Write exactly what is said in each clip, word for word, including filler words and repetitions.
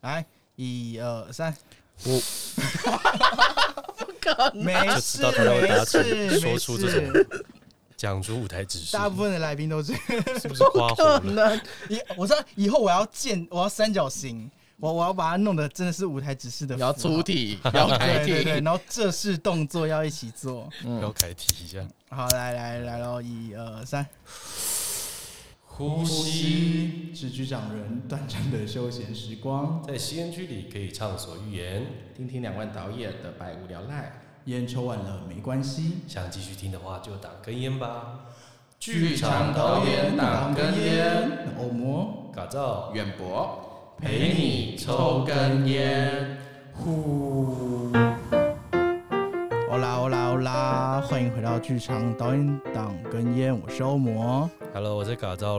来，一二三， 我不可能， 没就知事道他要达没事成说出这种没讲出舞台指示， 大部分的来宾都是， 是不是夸可火了？ 能。 以我知道以后我要建，我要三角形，我我要把它弄得真的是舞台指示的符号， 要出题，要开题， 对对对，然后这是动作要一起做。 要开题一下。 好，来来来喽，一二三， 呼吸是局长人短暂的休闲时光， 在吸烟区里可以畅所欲言， 听听两位导演的百无聊赖。 烟抽完了没关系， 想继续听的话就挡根烟吧。 剧场导演挡根烟， 欧摩打造远博陪你抽根烟，呼。欧啦欧啦欧啦，欢迎回到剧场导演挡根烟，我是欧摩。 Hello， 我在打造，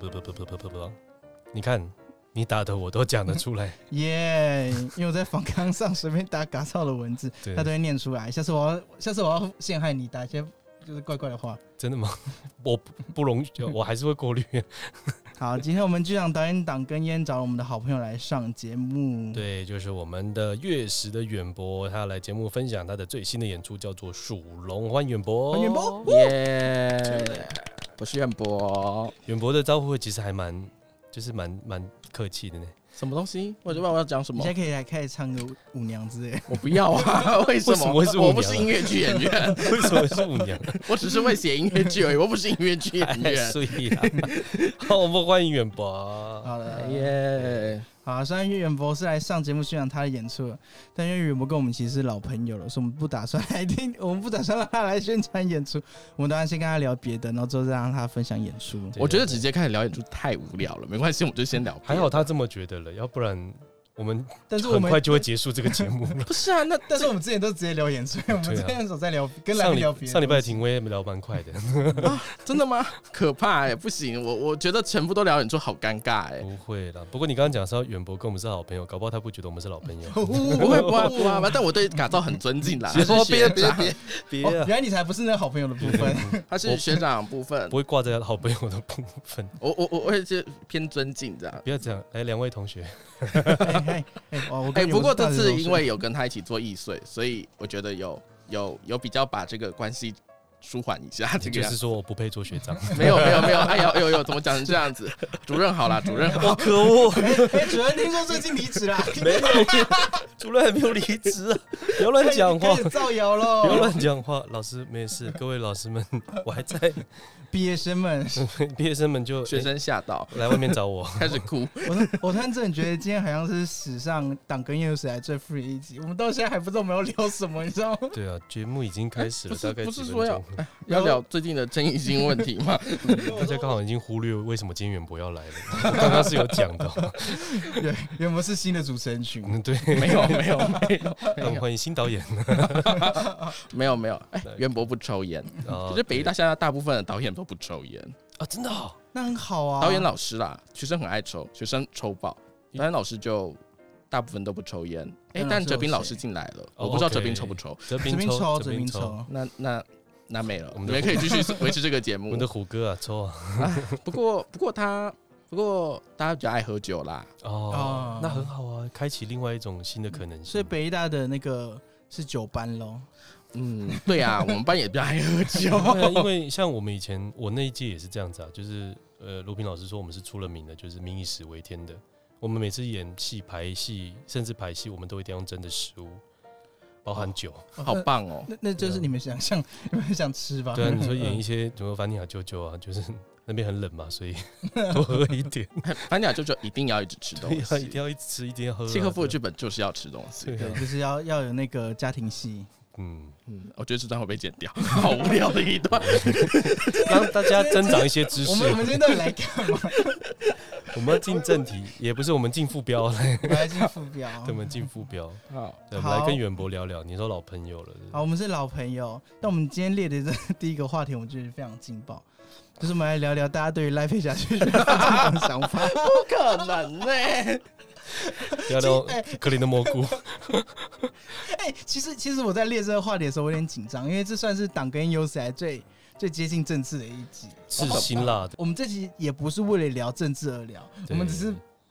你看你打的我都讲得出来， 耶！ Yeah, 因为我在访纲上随便打嘎造的文字，他都会念出来。下次我要，下次我要陷害你，打一些就是怪怪的话。 真的吗？我不容易，我还是会过滤。 好，今天我们剧场导演挡根烟找了我们的好朋友来上节目。 对，就是我们的月食的远博，他来节目分享他的最新的演出，叫做《属龙》，欢迎远博。 欢迎远博， 耶！我是远博。 远博的招呼其实还蛮，就是蛮蛮客气的呢。 什么东西？我就不知道我要讲什么。 你现在可以来开始唱个舞娘之类。 我不要啊！为什么？ 为什么会是舞娘啊？ 我不是音乐剧演员。 为什么是舞娘？ 我只是会写音乐剧而已，我不是音乐剧演员。 所以啦，好，我们欢迎远博。 好的， 耶！ 好，虽然远博是来上节目宣传他的演出，但因为远博跟我们其实是老朋友了，所以我们不打算来听，我们不打算让他来宣传演出，我们打算先跟他聊别的，然后之后再让他分享演出。 我觉得直接开始聊演出太无聊了，没关系，我们就先聊。 还好他这么觉得了，要不然我们但是我们很快就会结束这个节目了。 不是啊，那但是我们之前都直接聊演出，我们之前总在聊跟来宾聊别的。 上礼拜庭威聊蛮快的啊，真的吗？可怕哎、欸，不行，我我觉得全部都聊演出好尴尬哎、欸。 不会啦，不过你刚刚讲说远博跟我们是好朋友，搞不好他不觉得我们是老朋友。 不会不会不会，但我对嘎造很尊敬啦。 别说别别别别、 哦，原来你才不是那个好朋友的部分， 他是学长部分， 不会挂在好朋友的部分。 我我我会是偏尊敬这样。 不要这样，来两位同学。 哎哎哎， 不过这次因为有跟他一起做易碎，所以我觉得有有有比较把这个关系舒缓一下。这个就是说我不配做学长。 没有没有没有，哎呦呦呦，怎么讲成这样子？主任好啦，主任好。 可恶！ 哎，主任听说最近离职啦？ 没有，主任还没有离职啊！不要乱讲话， 造谣喽！ 不要乱讲话，老师没事，各位老师们，我还在。 毕业生们， 毕业生们就学生吓到， 来外面找我， 开始哭。 我我突然真的觉得今天好像是史上挡根烟有史来最 free 的一集，我们到现在还不知道我们要聊什么，你知道吗？ 对啊，节目已经开始了，大概不几分钟。 是说要要聊最近的争议性问题吗？ 大家刚好已经忽略为什么今天远博要来了，刚刚是有讲的。 对，远博是新的主持人群， 嗯，对， 没有没有没有， 那我们欢迎新导演。 没有没有，哎，远博不抽烟，可是北艺大现在大部分的导演都不抽烟啊，真的哦， 那很好啊。 导演老师啦，学生很爱抽，学生抽爆，导演老师就大部分都不抽烟。哎，但哲斌老师进来了，我不知道哲斌抽不抽。 哲斌抽， 哲斌抽， 那那那没了，我们可以继续维持这个节目。 我们的虎哥啊，抽啊。 不过不过他。不过大家比较爱喝酒啦， 哦，那很好啊，开启另外一种新的可能性。 所以北艺大的那个是酒班咯。 嗯，对啊，我们班也比较爱喝酒。 对，因为像我们以前我那一届也是这样子啊，就是呃，罗平老师说我们是出了名的，就是民以食为天的。我们每次演戏、排戏，甚至排戏，我们都一定要用真的食物，包含酒。 哦、好棒哦！ 那那就是你们想象，你们想吃吧？ 对啊，你说演一些什么凡尼亚舅舅啊，就是那边很冷嘛，所以多喝一点。 凡尼亚舅舅一定要一直吃东西， 一定要一直吃，一定要喝、啊。 契诃夫的剧本就是要吃东西， 对，对就是要要有那个家庭戏。 嗯嗯，我觉得这段会被剪掉，好无聊的一段， 让大家增长一些知识。 我们我们今天到底来干嘛？ 我们要进正题，也不是我们进副标， 来进副标， 对，我们进副标。 好， 我们来跟远博聊聊。你说老朋友了， 好，我们是老朋友。但我们今天列的这第一个话题，我觉得非常劲爆，就是我们来聊聊大家对于赖佩霞去的想法。 不可能呢、欸！ 聊聊可怜的蘑菇。 哎、欸，其实其实我在列这个话题的时候，我有点紧张，因为这算是党跟有史来最最接近政治的一集， 是辛辣的。 我们这集也不是为了聊政治而聊，我们只是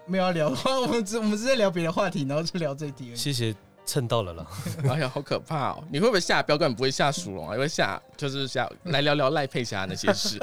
没有要聊的话，我们只我们是在聊别的话题，然后就聊这一题而已。 谢谢。蹭到了啦！ 哎呀，好可怕哦！你会不会下标？根本不会下属龙啊，因为下就是下来聊聊赖佩霞那些事。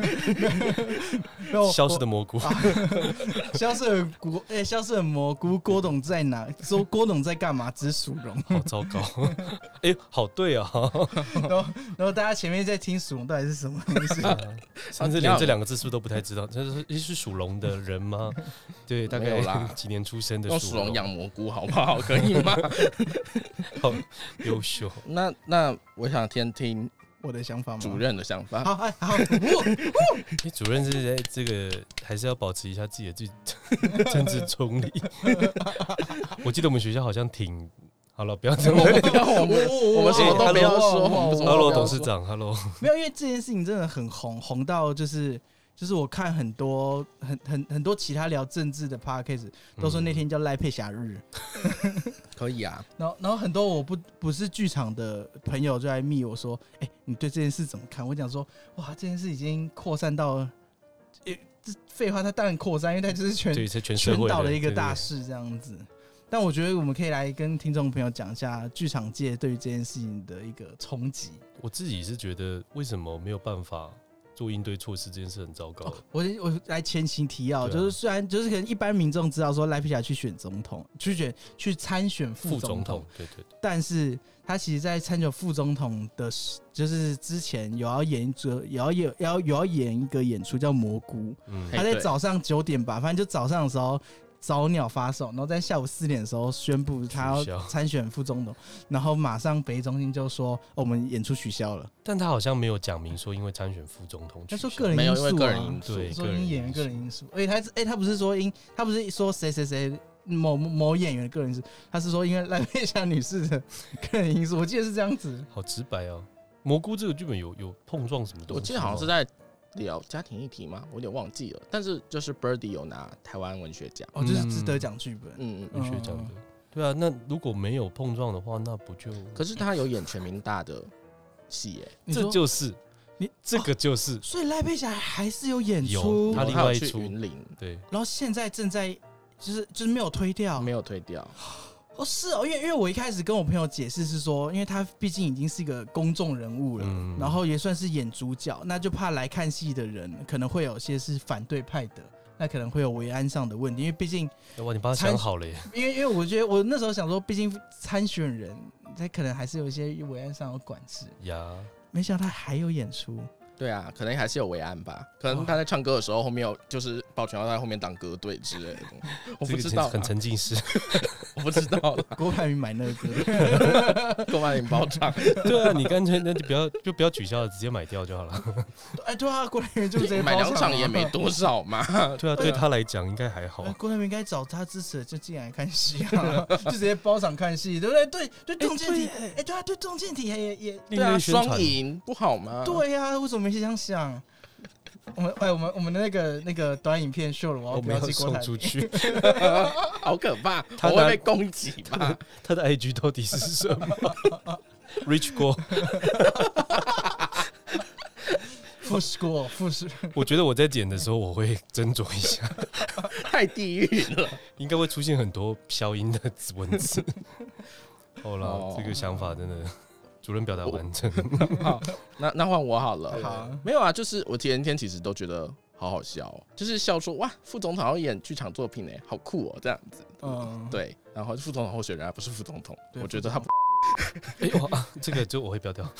消失的蘑菇， 啊、消失的蘑，哎、欸，消失的蘑菇，郭董在哪？说郭董在干嘛？只属龙， 好糟糕！哎、欸，好对啊。 然后，然后大家前面在听属龙到底是什么意思？ 甚至连这两个字是不是都不太知道？这是是属龙的人吗？对，大概几年出生的用属龙养蘑菇好不好？可以吗？ 好优秀。 那那我想听听我的想法吗？ 主任的想法。 好，哎，好。 欸、主任是在这个还是要保持一下自己的政治中立。我记得我们学校好像挺好了，不要这么， 我们我们什么都不要说。 Hello， 董事长 ，Hello。 没有，因为这件事情真的很红，红到就是。就是我看很多很很很多其他聊政治的 podcast 都说那天叫赖佩霞日， 嗯、可以啊。 然后然后很多我不不是剧场的朋友就来密我说，哎、欸，你对这件事怎么看？我讲说，哇，这件事已经扩散到，欸、这废话，它当然扩散，因为它就是全全全岛的一个大事这样子。但我觉得我们可以来跟听众朋友讲一下剧场界对于这件事情的一个冲击。 我自己是觉得，为什么没有办法？做应对措施这件事很糟糕、哦。 我我来前情提要，啊、就是虽然就是可能一般民众知道说赖佩霞去选总统，去选去参选副总统， 对对对， 但是他其实在参选副总统的，就是之前有要演一个，有要有要有要演一个演出叫《蘑菇》，嗯，他在早上九点吧，反正就早上的时候。早鸟发售，然后在下午四点的时候宣布他要参选副总统，然后马上北艺中心就说、哦、我们演出取消了。 但他好像没有讲明说因为参选副总统， 他说个人因素、啊， 没有因为个人因素， 对， 说因演员个人因素。而且他哎、欸，他不是说因他不是说谁谁谁某某演员的个人因素，他是说因为赖佩霞女士的个人因素。我记得是这样子， 好直白哦。蘑菇这个剧本有有碰撞什么东西？ 我记得好像是在。聊家庭议题吗？我有点忘记了，但是就是 Birdy 有拿台湾文学奖， 哦，就是值得奖剧本， 嗯， 文学奖的，对啊。那如果没有碰撞的话，那不就？ 可是他有演全民大的戏耶， 这就是你这个就是，哦、 所以赖佩霞还是有演出， 他另外一出云林， 对， 然后现在正在就是就是没有推掉， 没有推掉。 哦，是哦，因为因为我一开始跟我朋友解释是说，因为他毕竟已经是一个公众人物了，嗯、然后也算是演主角，那就怕来看戏的人可能会有些是反对派的，那可能会有维安上的问题，因为毕竟哇，你帮他想好了耶。 因为因为我觉得我那时候想说，毕竟参选人他可能还是有一些维安上的管制呀，没想到他还有演出。 对啊，可能还是有维安吧，可能他在唱歌的时候，后面有就是保全要在后面当歌队之类的，我不知道， 很沉浸式， 我不知道。 郭台铭买那个歌， 郭台铭包场， 对啊，你干脆那就不要就不要取消了，直接买掉就好了。 哎，对啊，郭台铭就直接买两场也没多少嘛。 对啊，对他来讲应该还好。 郭台铭应该找他支持的就进来看戏啊，就直接包场看戏，对不对？对对，中建体，哎，对啊，对中建体也也对啊，双赢不好吗？ 对啊，为什么没这样想？我们哎，我们我们的那个那个短影片秀了，我要标记郭台铭出去， 好可怕！他会被攻击吧？ 他的 I G 到底是什么 ？Rich 郭， 富士郭，富士。 我觉得我在剪的时候我会斟酌一下， 太地狱了， 应该会出现很多消音的文字。好了，哦、这个想法真的。主任表达完成， 好，那那换我好了。 好， 没有啊，就是我前天其实都觉得好好笑、哦，就是笑说哇，副总统要演剧场作品哎，好酷哦，这样子。嗯，对。然后副总统候选人还不是副总统，我觉得他不。 哎呦、啊，这个就我会标掉。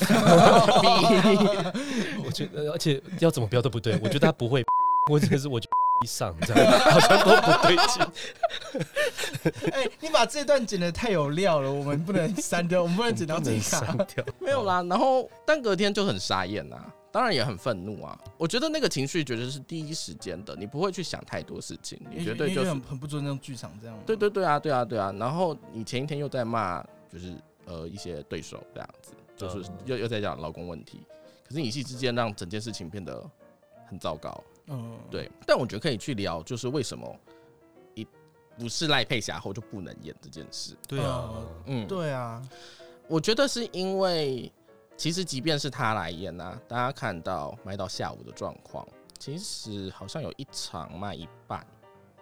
我觉得，而且要怎么标都不对，我觉得他不会，或者是我就。上这样好像都不对劲。 哎、欸，你把这段剪得太有料了，我们不能删掉，我们不能剪到自己卡掉。 没有啦，然后但隔天就很傻眼呐、啊，当然也很愤怒啊。我觉得那个情绪绝对是第一时间的，你不会去想太多事情，你绝对就是很, 很不尊重剧场这样。 对对对啊，对啊对啊。然后你前一天又在骂，就是呃一些对手这样子，就是又又在讲劳工问题，可是一夕之间让整件事情变得很糟糕。嗯，对，但我觉得可以去聊，就是为什么一不是赖佩霞后就不能演这件事。 对啊， 嗯，对啊， 我觉得是因为其实即便是他来演啊，大家看到卖到下午的状况，其实好像有一场卖一半，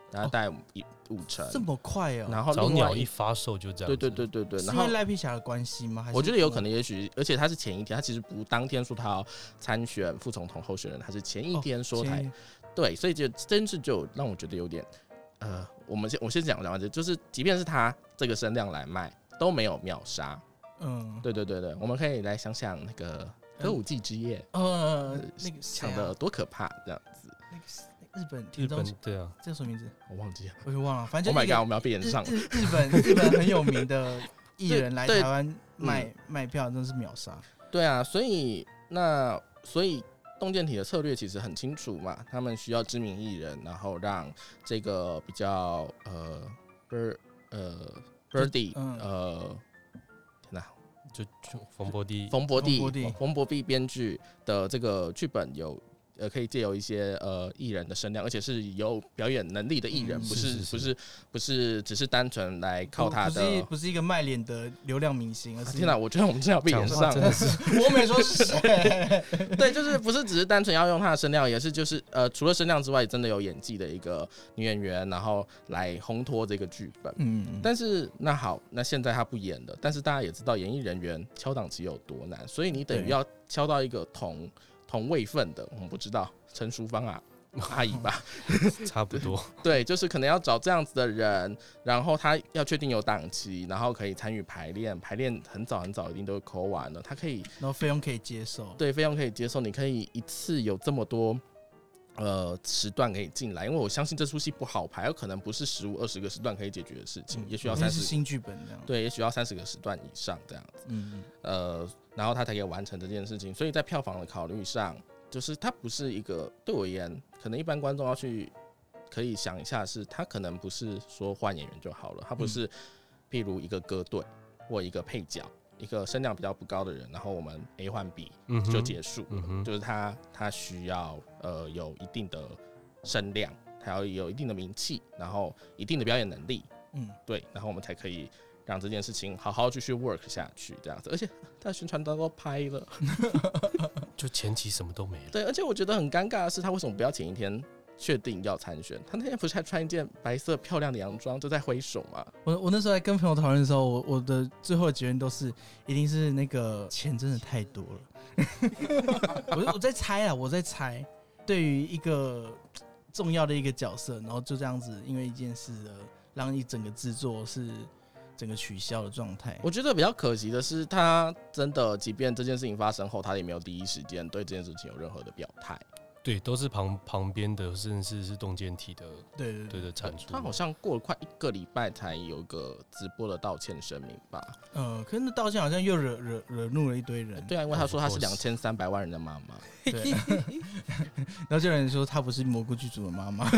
然后大概五成， 这么快哦。 然后早鸟一发售就这样， 对对对对对。 是因为赖皮侠的关系吗？还是我觉得有可能，也许，而且他是前一天，他其实不当天说他要参选副总统候选人，他是前一天说他，哦、对，所以就真是就让我觉得有点，呃，我们先我先讲讲完，就是即便是他这个声量来卖，都没有秒杀。嗯，对对对对，我们可以来想想那个歌舞伎之夜，呃，那个抢的多可怕，这样子。 那个日本， 日本对啊， 这叫什么名字？ 我忘记了， 我就忘了。反正 ，Oh my god， 我们要被延上。 日日本日本很有名的艺人来台湾卖、嗯、卖票，真的是秒杀。 对啊，所以那所以动健体的策略其实很清楚嘛，他们需要知名艺人，然后让这个比较呃 bird 呃 birdy 嗯、呃。 就冯博弟， 冯博弟，冯博弟编剧的这个剧本有，呃，可以借由一些呃艺人的声量，而且是有表演能力的艺人，嗯、不是, 是, 是不是不是只是单纯来靠他的， 不是不是一个卖脸的流量明星，而是、 啊、天哪，我觉得我们真的要被演上， 真的是， 我没说是谁， 对，就是不是只是单纯要用他的声量，也是就是呃除了声量之外，真的有演技的一个女演员，然后来烘托这个剧本。嗯，但是那好，那现在他不演了，但是大家也知道演艺人员敲档期有多难，所以你等于要敲到一个同。同位份的，我们不知道陈淑芳啊，阿姨吧， 差不多。 对，就是可能要找这样子的人，然后他要确定有档期，然后可以参与排练，排练很早很早一定都抠完了，他可以， 然后费用可以接受， 对，费用可以接受，你可以一次有这么多。呃，时段可以进来，因为我相信这出戏不好排，有可能不是十五、二十个时段可以解决的事情，嗯、也许要三十。 是新剧本这样。 对，也许要三十个时段以上这样子。嗯呃，然后他才可以完成这件事情，所以在票房的考虑上，就是它不是一个对我而言，可能一般观众要去可以想一下是，他可能不是说换演员就好了，他不是譬如一个歌队或一个配角。一个声量比较不高的人，然后我们 A 换 B 就结束了，嗯、就是他他需要呃有一定的声量，他要有一定的名气，然后一定的表演能力，嗯，对，然后我们才可以让这件事情好好继续 work 下去，这样子。而且他的宣传都拍了， 就前期什么都没了。 对，而且我觉得很尴尬的是，他为什么不要前一天确定要参选？他那天不是还穿一件白色漂亮的洋装，就在挥手吗？ 我我那时候在跟朋友讨论的时候，我我的最后的结论都是，一定是那个钱真的太多了。我我在猜啊，我在猜，对于一个重要的一个角色，然后就这样子，因为一件事的让一整个制作是整个取消的状态。 我觉得比较可惜的是，他真的，即便这件事情发生后，他也没有第一时间对这件事情有任何的表态。 对，都是旁旁边的，甚至是动健体的， 对对 对, 对的产出。 他好像过了快一个礼拜才有一个直播的道歉声明吧？ 呃，可是那道歉好像又惹惹惹怒了一堆人。 对啊，因为他说他是两千三百万人的妈妈。 对，然后就有人说他不是蘑菇剧组的妈妈。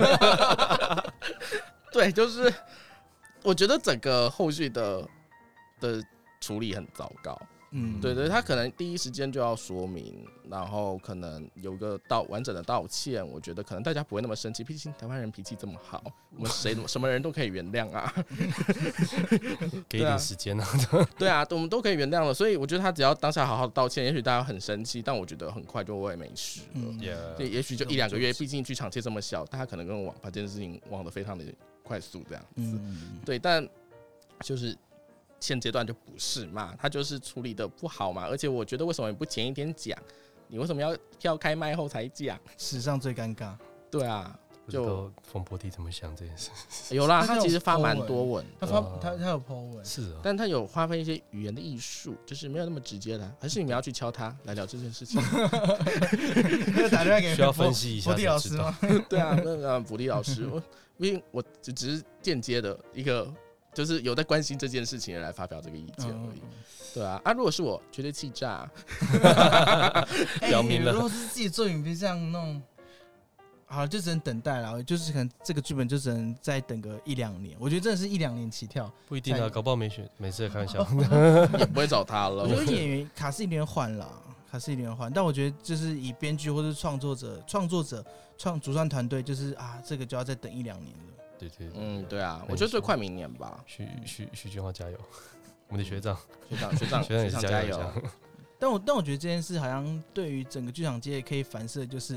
对，就是我觉得整个后续的的处理很糟糕。嗯，对对，他可能第一时间就要说明，然后可能有个道完整的道歉，我觉得可能大家不会那么生气，毕竟台湾人脾气这么好，我们谁什么人都可以原谅啊， 给一点时间啊， 对啊，我们都可以原谅了，所以我觉得他只要当下好好道歉，也许大家很生气，但我觉得很快就会没事了，嗯 yeah, 对，也许就一两个月，毕竟剧场界这么小，大家可能跟我把这件事情忘得非常的快速这样子，嗯、对，但就是现阶段就不是嘛，他就是处理的不好嘛，而且我觉得为什么你不前一天讲，你为什么要票开卖后才讲？ 史上最尴尬。 对啊，就冯博弟怎么想这件事？ 有啦，他其实发蛮多文， 他发他他有 po 文， 是啊， 但他有发挥一些语言的艺术，就是没有那么直接的，还是你们要去敲他来聊这件事情？ 打电话给需要分析一下博弟老师吗？ 对啊，那博弟老师，我因为我只只是间接的一个。就是有在关心这件事情的人来发表这个意见而已，嗯、对啊，啊，如果是我，绝对气炸。 表明了， 如果是自己作品，别这样弄，好，就只能等待了。就是可能这个剧本就只能再等个一两年。我觉得真的是一两年起跳， 不一定啊，搞不好没选，没事，开玩笑， 也不会找他了。 我觉得演员卡斯一定换了，卡斯一定换，但我觉得就是以编剧或是创作者、创作者、创主创团队，就是啊，这个就要再等一两年了。 对对对， 嗯，对啊，我觉得最快明年吧。 徐徐徐俊华加油，我们的学长， 学长学长学长加油。 但我但我觉得这件事好像对于整个剧场界可以反射，就是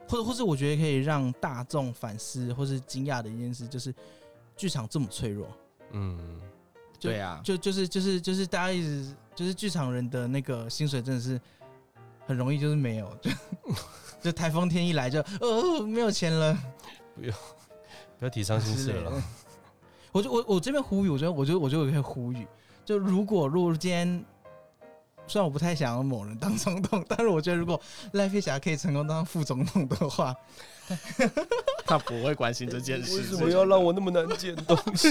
或者或是我觉得可以让大众反思或是惊讶的一件事，就是剧场这么脆弱。 嗯， 对啊， 就就是就是就是大家一直就是剧场人的那个薪水真的是很容易就是没有，就就台风天一来就哦没有钱了， 不要不要提伤心事了。 我就我我这边呼吁，我觉得我觉得我觉得我可以呼吁，就如果如果今天。虽然我不太想要某人当总统，但是我觉得如果赖佩霞可以成功当副总统的话， 他不会关心这件事。 为什么要让我那么难捡东西？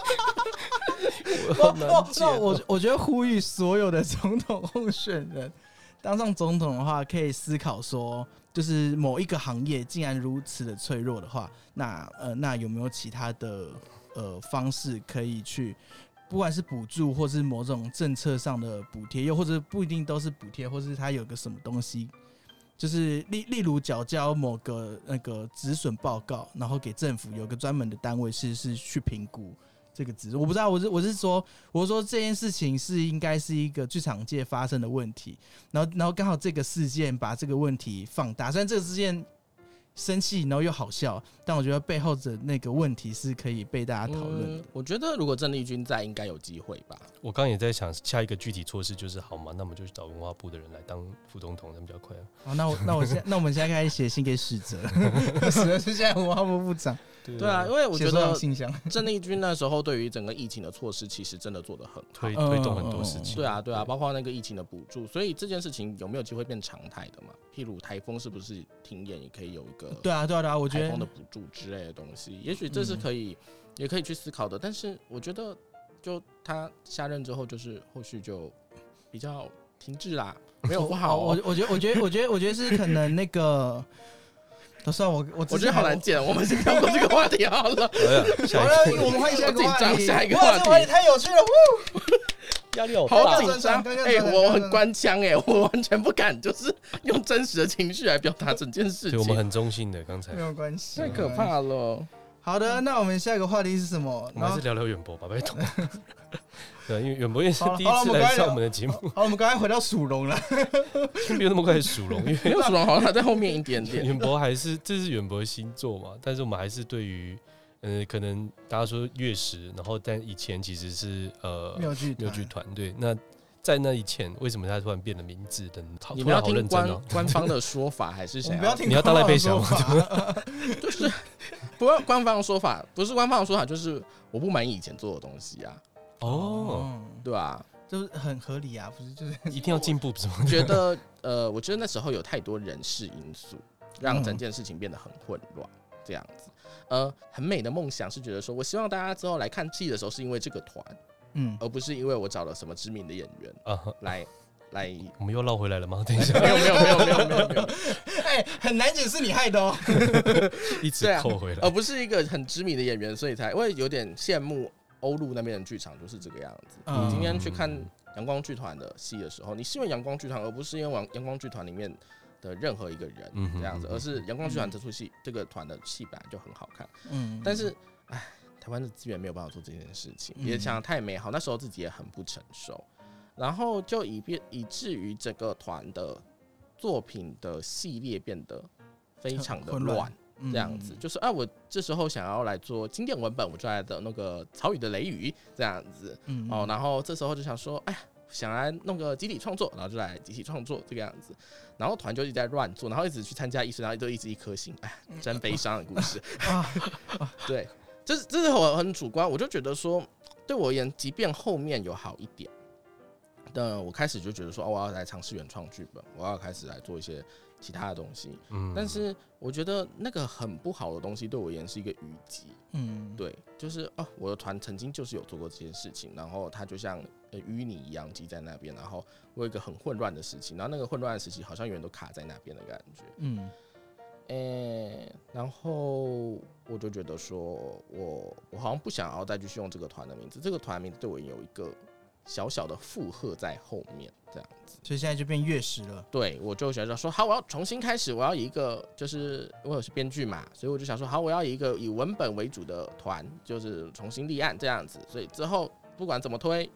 我难捡、 哦、我我觉得呼吁所有的总统候选人当上总统的话，可以思考说，就是某一个行业竟然如此的脆弱的话，那呃那有没有其他的呃方式可以去？不管是补助，或是某种政策上的补贴，又或者不一定都是补贴，或是它有个什么东西，就是例例如缴交某个那个止损报告，然后给政府有个专门的单位是是去评估这个止损。我不知道，我是我是说，我是说这件事情是应该是一个剧场界发生的问题，然后然后刚好这个事件把这个问题放大，虽然这个事件。生气，然后又好笑，但我觉得背后的那个问题是可以被大家讨论的、嗯。 我觉得如果郑丽君在，应该有机会吧。 我刚刚也在想，下一个具体措施就是好嘛，那我们就找文化部的人来当副总统，那比较快啊。 好，那我那我现那我们现在开始写信给史哲，史哲是现在文化部部长。 对啊，因为我觉得郑丽君那时候对于整个疫情的措施，其实真的做得很好， 推推动很多事情。 对啊，对啊，包括那个疫情的补助，所以这件事情有没有机会变常态的嘛？譬如台风是不是停演也可以有一个对啊对啊对啊，我觉得台风的补助之类的东西，也许这是可以、嗯、也可以去思考的。但是我觉得，就他下任之后，就是后续就比较停滞啦，没有不好、哦。 我我觉得我觉得我觉得我觉得是可能那个。都算我我我觉得好难剪，我们先跳过这个话题好了。 好了，我们换下一个话题。 下一个话题， 哇，这个话题太有趣了， 压力好大， 好紧张。哎、欸，我很官腔哎、欸，我完全不敢，就是用真实的情绪来表达整件事情。 对，我们很中性的，刚才没有关系， 太可怕了。 好的，那我们下一个话题是什么？ 我们还是聊聊远博吧，拜托。对，因为远博也是第一次来上我们的节目。 好，我们刚才回到属龙了， 先不用那么快属龙，因为属龙好像还在后面一点点。 远博还是这是远博的星座嘛，但是我们还是对于呃，可能大家说月食，然后但以前其实是呃妙剧妙剧团，对，那在那以前为什么他突然变了名字的？ 你们要听官、哦、官方的说法，还是想要你要当赖佩霞吗？ 就是不要官方的说法，不是官方的说法，就是我不满意以前做的东西啊。 哦， 对啊， 就是很合理啊，不是就是一定要进步，是吗？ 我觉得呃，我觉得那时候有太多人事因素，让整件事情变得很混乱，这样子。呃，很美的梦想是觉得说，我希望大家之后来看戏的时候，是因为这个团，嗯，而不是因为我找了什么知名的演员啊来来。 我们又绕回来了吗？等一下， 没有没有没有没有没有没有， 哎，很难解，是你害的哦， 一直扣回来， 而不是一个很知名的演员，所以才我也有点羡慕。欧陆那边的剧场就是这个样子。嗯、你今天去看阳光剧团的戏的时候，你是因为阳光剧团，而不是因为阳光剧团里面的任何一个人这样子，而是阳光剧团这出戏、嗯、这个团的戏本来就很好看。嗯，但是哎，台湾的资源没有办法做这件事情，也想得太美好，那时候自己也很不成熟，然后就以变以至于整个团的作品的系列变得非常的乱。这样子就是啊，我这时候想要来做经典文本，我就来的那个曹禺的雷雨这样子，嗯、哦，然后这时候就想说，哎呀，想来弄个集体创作，然后就来集体创作这个样子，然后团就一直在乱做，然后一直去参加艺术，然后都一直一颗星，哎，真悲伤的故事。对，这是这是我很主观，我就觉得说，对我而言，即便后面有好一点，但我开始就觉得说，哦，我要来尝试原创剧本，我要开始来做一些。其他的东西，嗯，但是我觉得那个很不好的东西对我而言是一个淤积，嗯，对，就是哦，我的团曾经就是有做过这件事情，然后它就像呃淤泥一样积在那边，然后我有一个很混乱的事情，然后那个混乱的时期好像永远都卡在那边的感觉，嗯，诶、欸，然后我就觉得说我我好像不想要再继续用这个团的名字，这个团名字对我有一个小小的负荷在后面，这样子， 所以现在就变月食了。 对，我就想说，好，我要重新开始，我要以一个，就是因为我是编剧嘛，所以我就想说，好，我要以一个以文本为主的团，就是重新立案这样子。所以之后不管怎么推，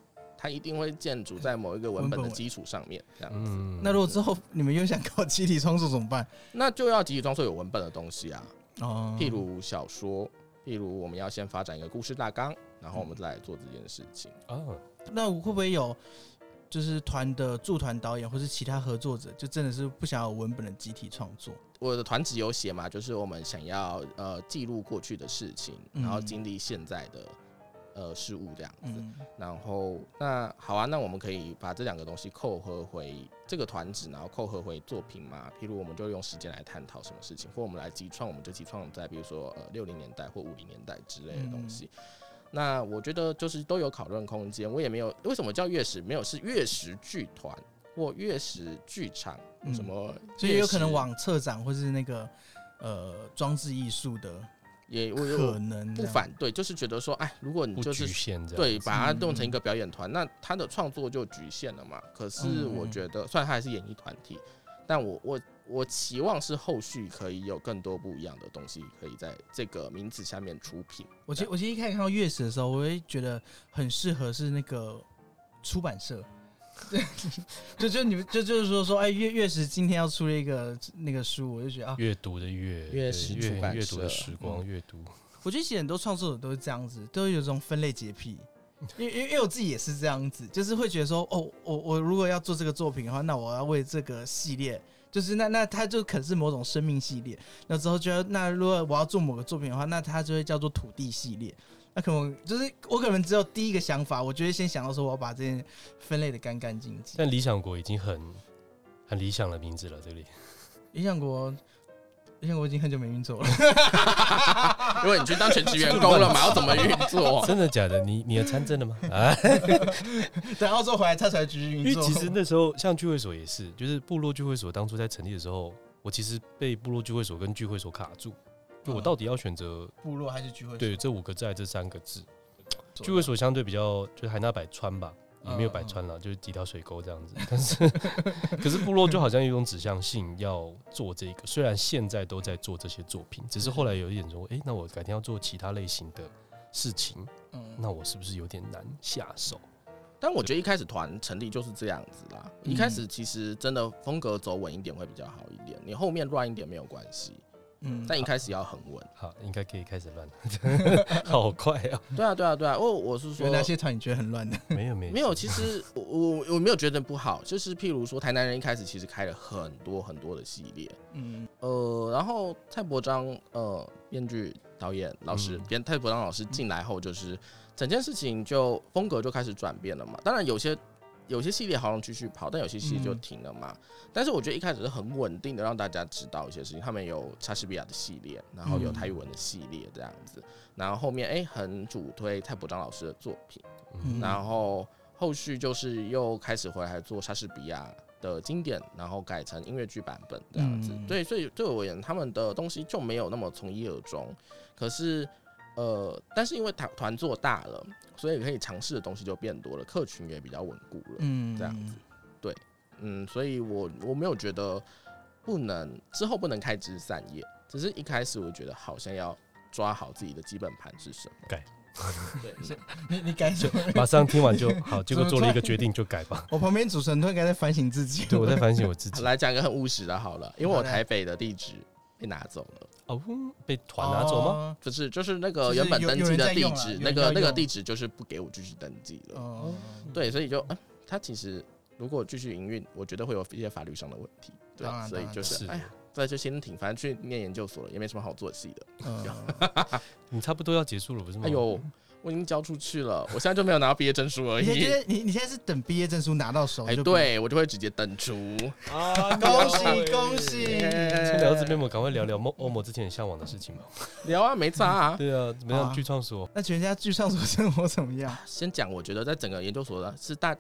它一定会建筑在某一个文本的基础上面，这样子。 嗯， 那如果之后你们又想搞集体创作怎么办？ 那就要集体创作有文本的东西啊， 哦， 譬如小说，譬如我们要先发展一个故事大纲，然后我们再来做这件事情。 哦， 那会不会有就是团的驻团导演或是其他合作者，就真的是不想要有文本的集体创作？ 我的团址有写嘛，就是我们想要呃记录过去的事情，然后经历现在的呃事物这样子。嗯、然后那好啊，那我们可以把这两个东西扣合回这个团址，然后扣合回作品嘛。譬如我们就用时间来探讨什么事情，或我们来集创，我们就集创在比如说呃六零年代或五零年代之类的东西。嗯，那我觉得就是都有讨论空间，我也没有为什么叫月食，没有是月食剧团或月食剧场，嗯、什么， 所以有可能往策展或是那个呃装置艺术的， 也我可能不反对，就是觉得说，哎，如果你就是对把它弄成一个表演团，嗯、那他的创作就局限了嘛。可是我觉得，嗯、虽然他还是演艺团体，但我我。我期望是后续可以有更多不一样的东西，可以在这个名字下面出品。 我其实我其实一开始看到月食的时候，我会觉得很适合是那个出版社，就就你们就就是说说，哎，月月食今天要出了一个那个书，我就觉得啊， 阅读的阅， 月食出版社， 阅读的时光，阅、嗯、读。 我觉得其实很多创作者都是这样子，都有这种分类洁癖。因为因为我自己也是这样子，就是会觉得说，哦，我我如果要做这个作品的话，那我要为这个系列。就是那那它就可能是某种生命系列，那之后觉得那如果我要做某个作品的话，那它就会叫做土地系列。那可能就是我可能只有第一个想法，我就会先想到说我要把这件分类的干干净净。 但理想国已经很很理想的名字了，这里理想国。理想国已经很久没运作了， 因为你去当全职员工了嘛，要怎么运作？ 真的假的？你你有参政了吗？啊， 等澳洲回来他才继续运作。 因为其实那时候像聚会所也是，就是部落聚会所当初在成立的时候，我其实被部落聚会所跟聚会所卡住，就我到底要选择部落还是聚会所？ 对，这五个字还是这三个字？聚会所相对比较就是海纳百川吧。也没有百川了，就是几条水沟这样子。但是，可是部落就好像有一种指向性要做这个，虽然现在都在做这些作品，只是后来有一点说，哎、欸，那我改天要做其他类型的事情，嗯，那我是不是有点难下手？ 但我觉得一开始团成立就是这样子啦。一开始其实真的风格走稳一点会比较好一点，你后面乱一点没有关系。嗯，但一开始要很稳。 好，应该可以开始乱，好快啊！ 对啊，对啊，对啊。我我是说， 有哪些团你觉得很乱的？ 没有，没有， 没有。其实我我我没有觉得不好，就是譬如说，台南人一开始其实开了很多很多的系列，嗯呃，然后蔡伯章呃编剧导演老师编、嗯、蔡伯章老师进来后，就是整件事情就风格就开始转变了嘛。当然有些。有些系列好像继续跑，但有些系列就停了嘛。嗯、但是我觉得一开始是很稳定的，让大家知道一些事情。他们有莎士比亚的系列，然后有台语文的系列这样子，然后后面哎、欸、很主推蔡伯章老师的作品，嗯、然后后续就是又开始回来做莎士比亚的经典，然后改成音乐剧版本这样子。嗯、对，所以对我而言，他们的东西就没有那么从一而终。可是。呃，但是因为团团做大了，所以可以尝试的东西就变多了，客群也比较稳固了，嗯，这样子，对，嗯，所以我我没有觉得不能之后不能开枝散叶，只是一开始我觉得好像要抓好自己的基本盘是什么， 改， 对，你你改什么？ 马上听完就好，结果做了一个决定就改吧。 我旁边主持人都应该在反省自己， 对，我在反省我自己。 来讲一个很务实的，好了，因为我台北的地址被拿走了。 哦，被团拿走吗？ 哦、不是，就是那个原本登记的地址，那个那个地址就是不给我继续登记了。哦，对，所以就，嗯，他其实如果继续营运，我觉得会有一些法律上的问题。对，所以就是，是哎呀，再就先停，反正去念研究所了，也没什么好做戏的。 嗯、你差不多要结束了，不是吗？ 哎呦。我已经交出去了，我现在就没有拿到毕业证书而已。 你现在你你现在是等毕业证书拿到手？ 哎，对我就会直接登出。 啊，恭喜恭喜！ 先聊到这边，我赶快聊聊欧某之前很向往的事情吧。 聊啊，没差啊。 对啊，怎么样？剧创所？ 那全家剧创所生活怎么样？ 先讲，我觉得在整个研究所的是大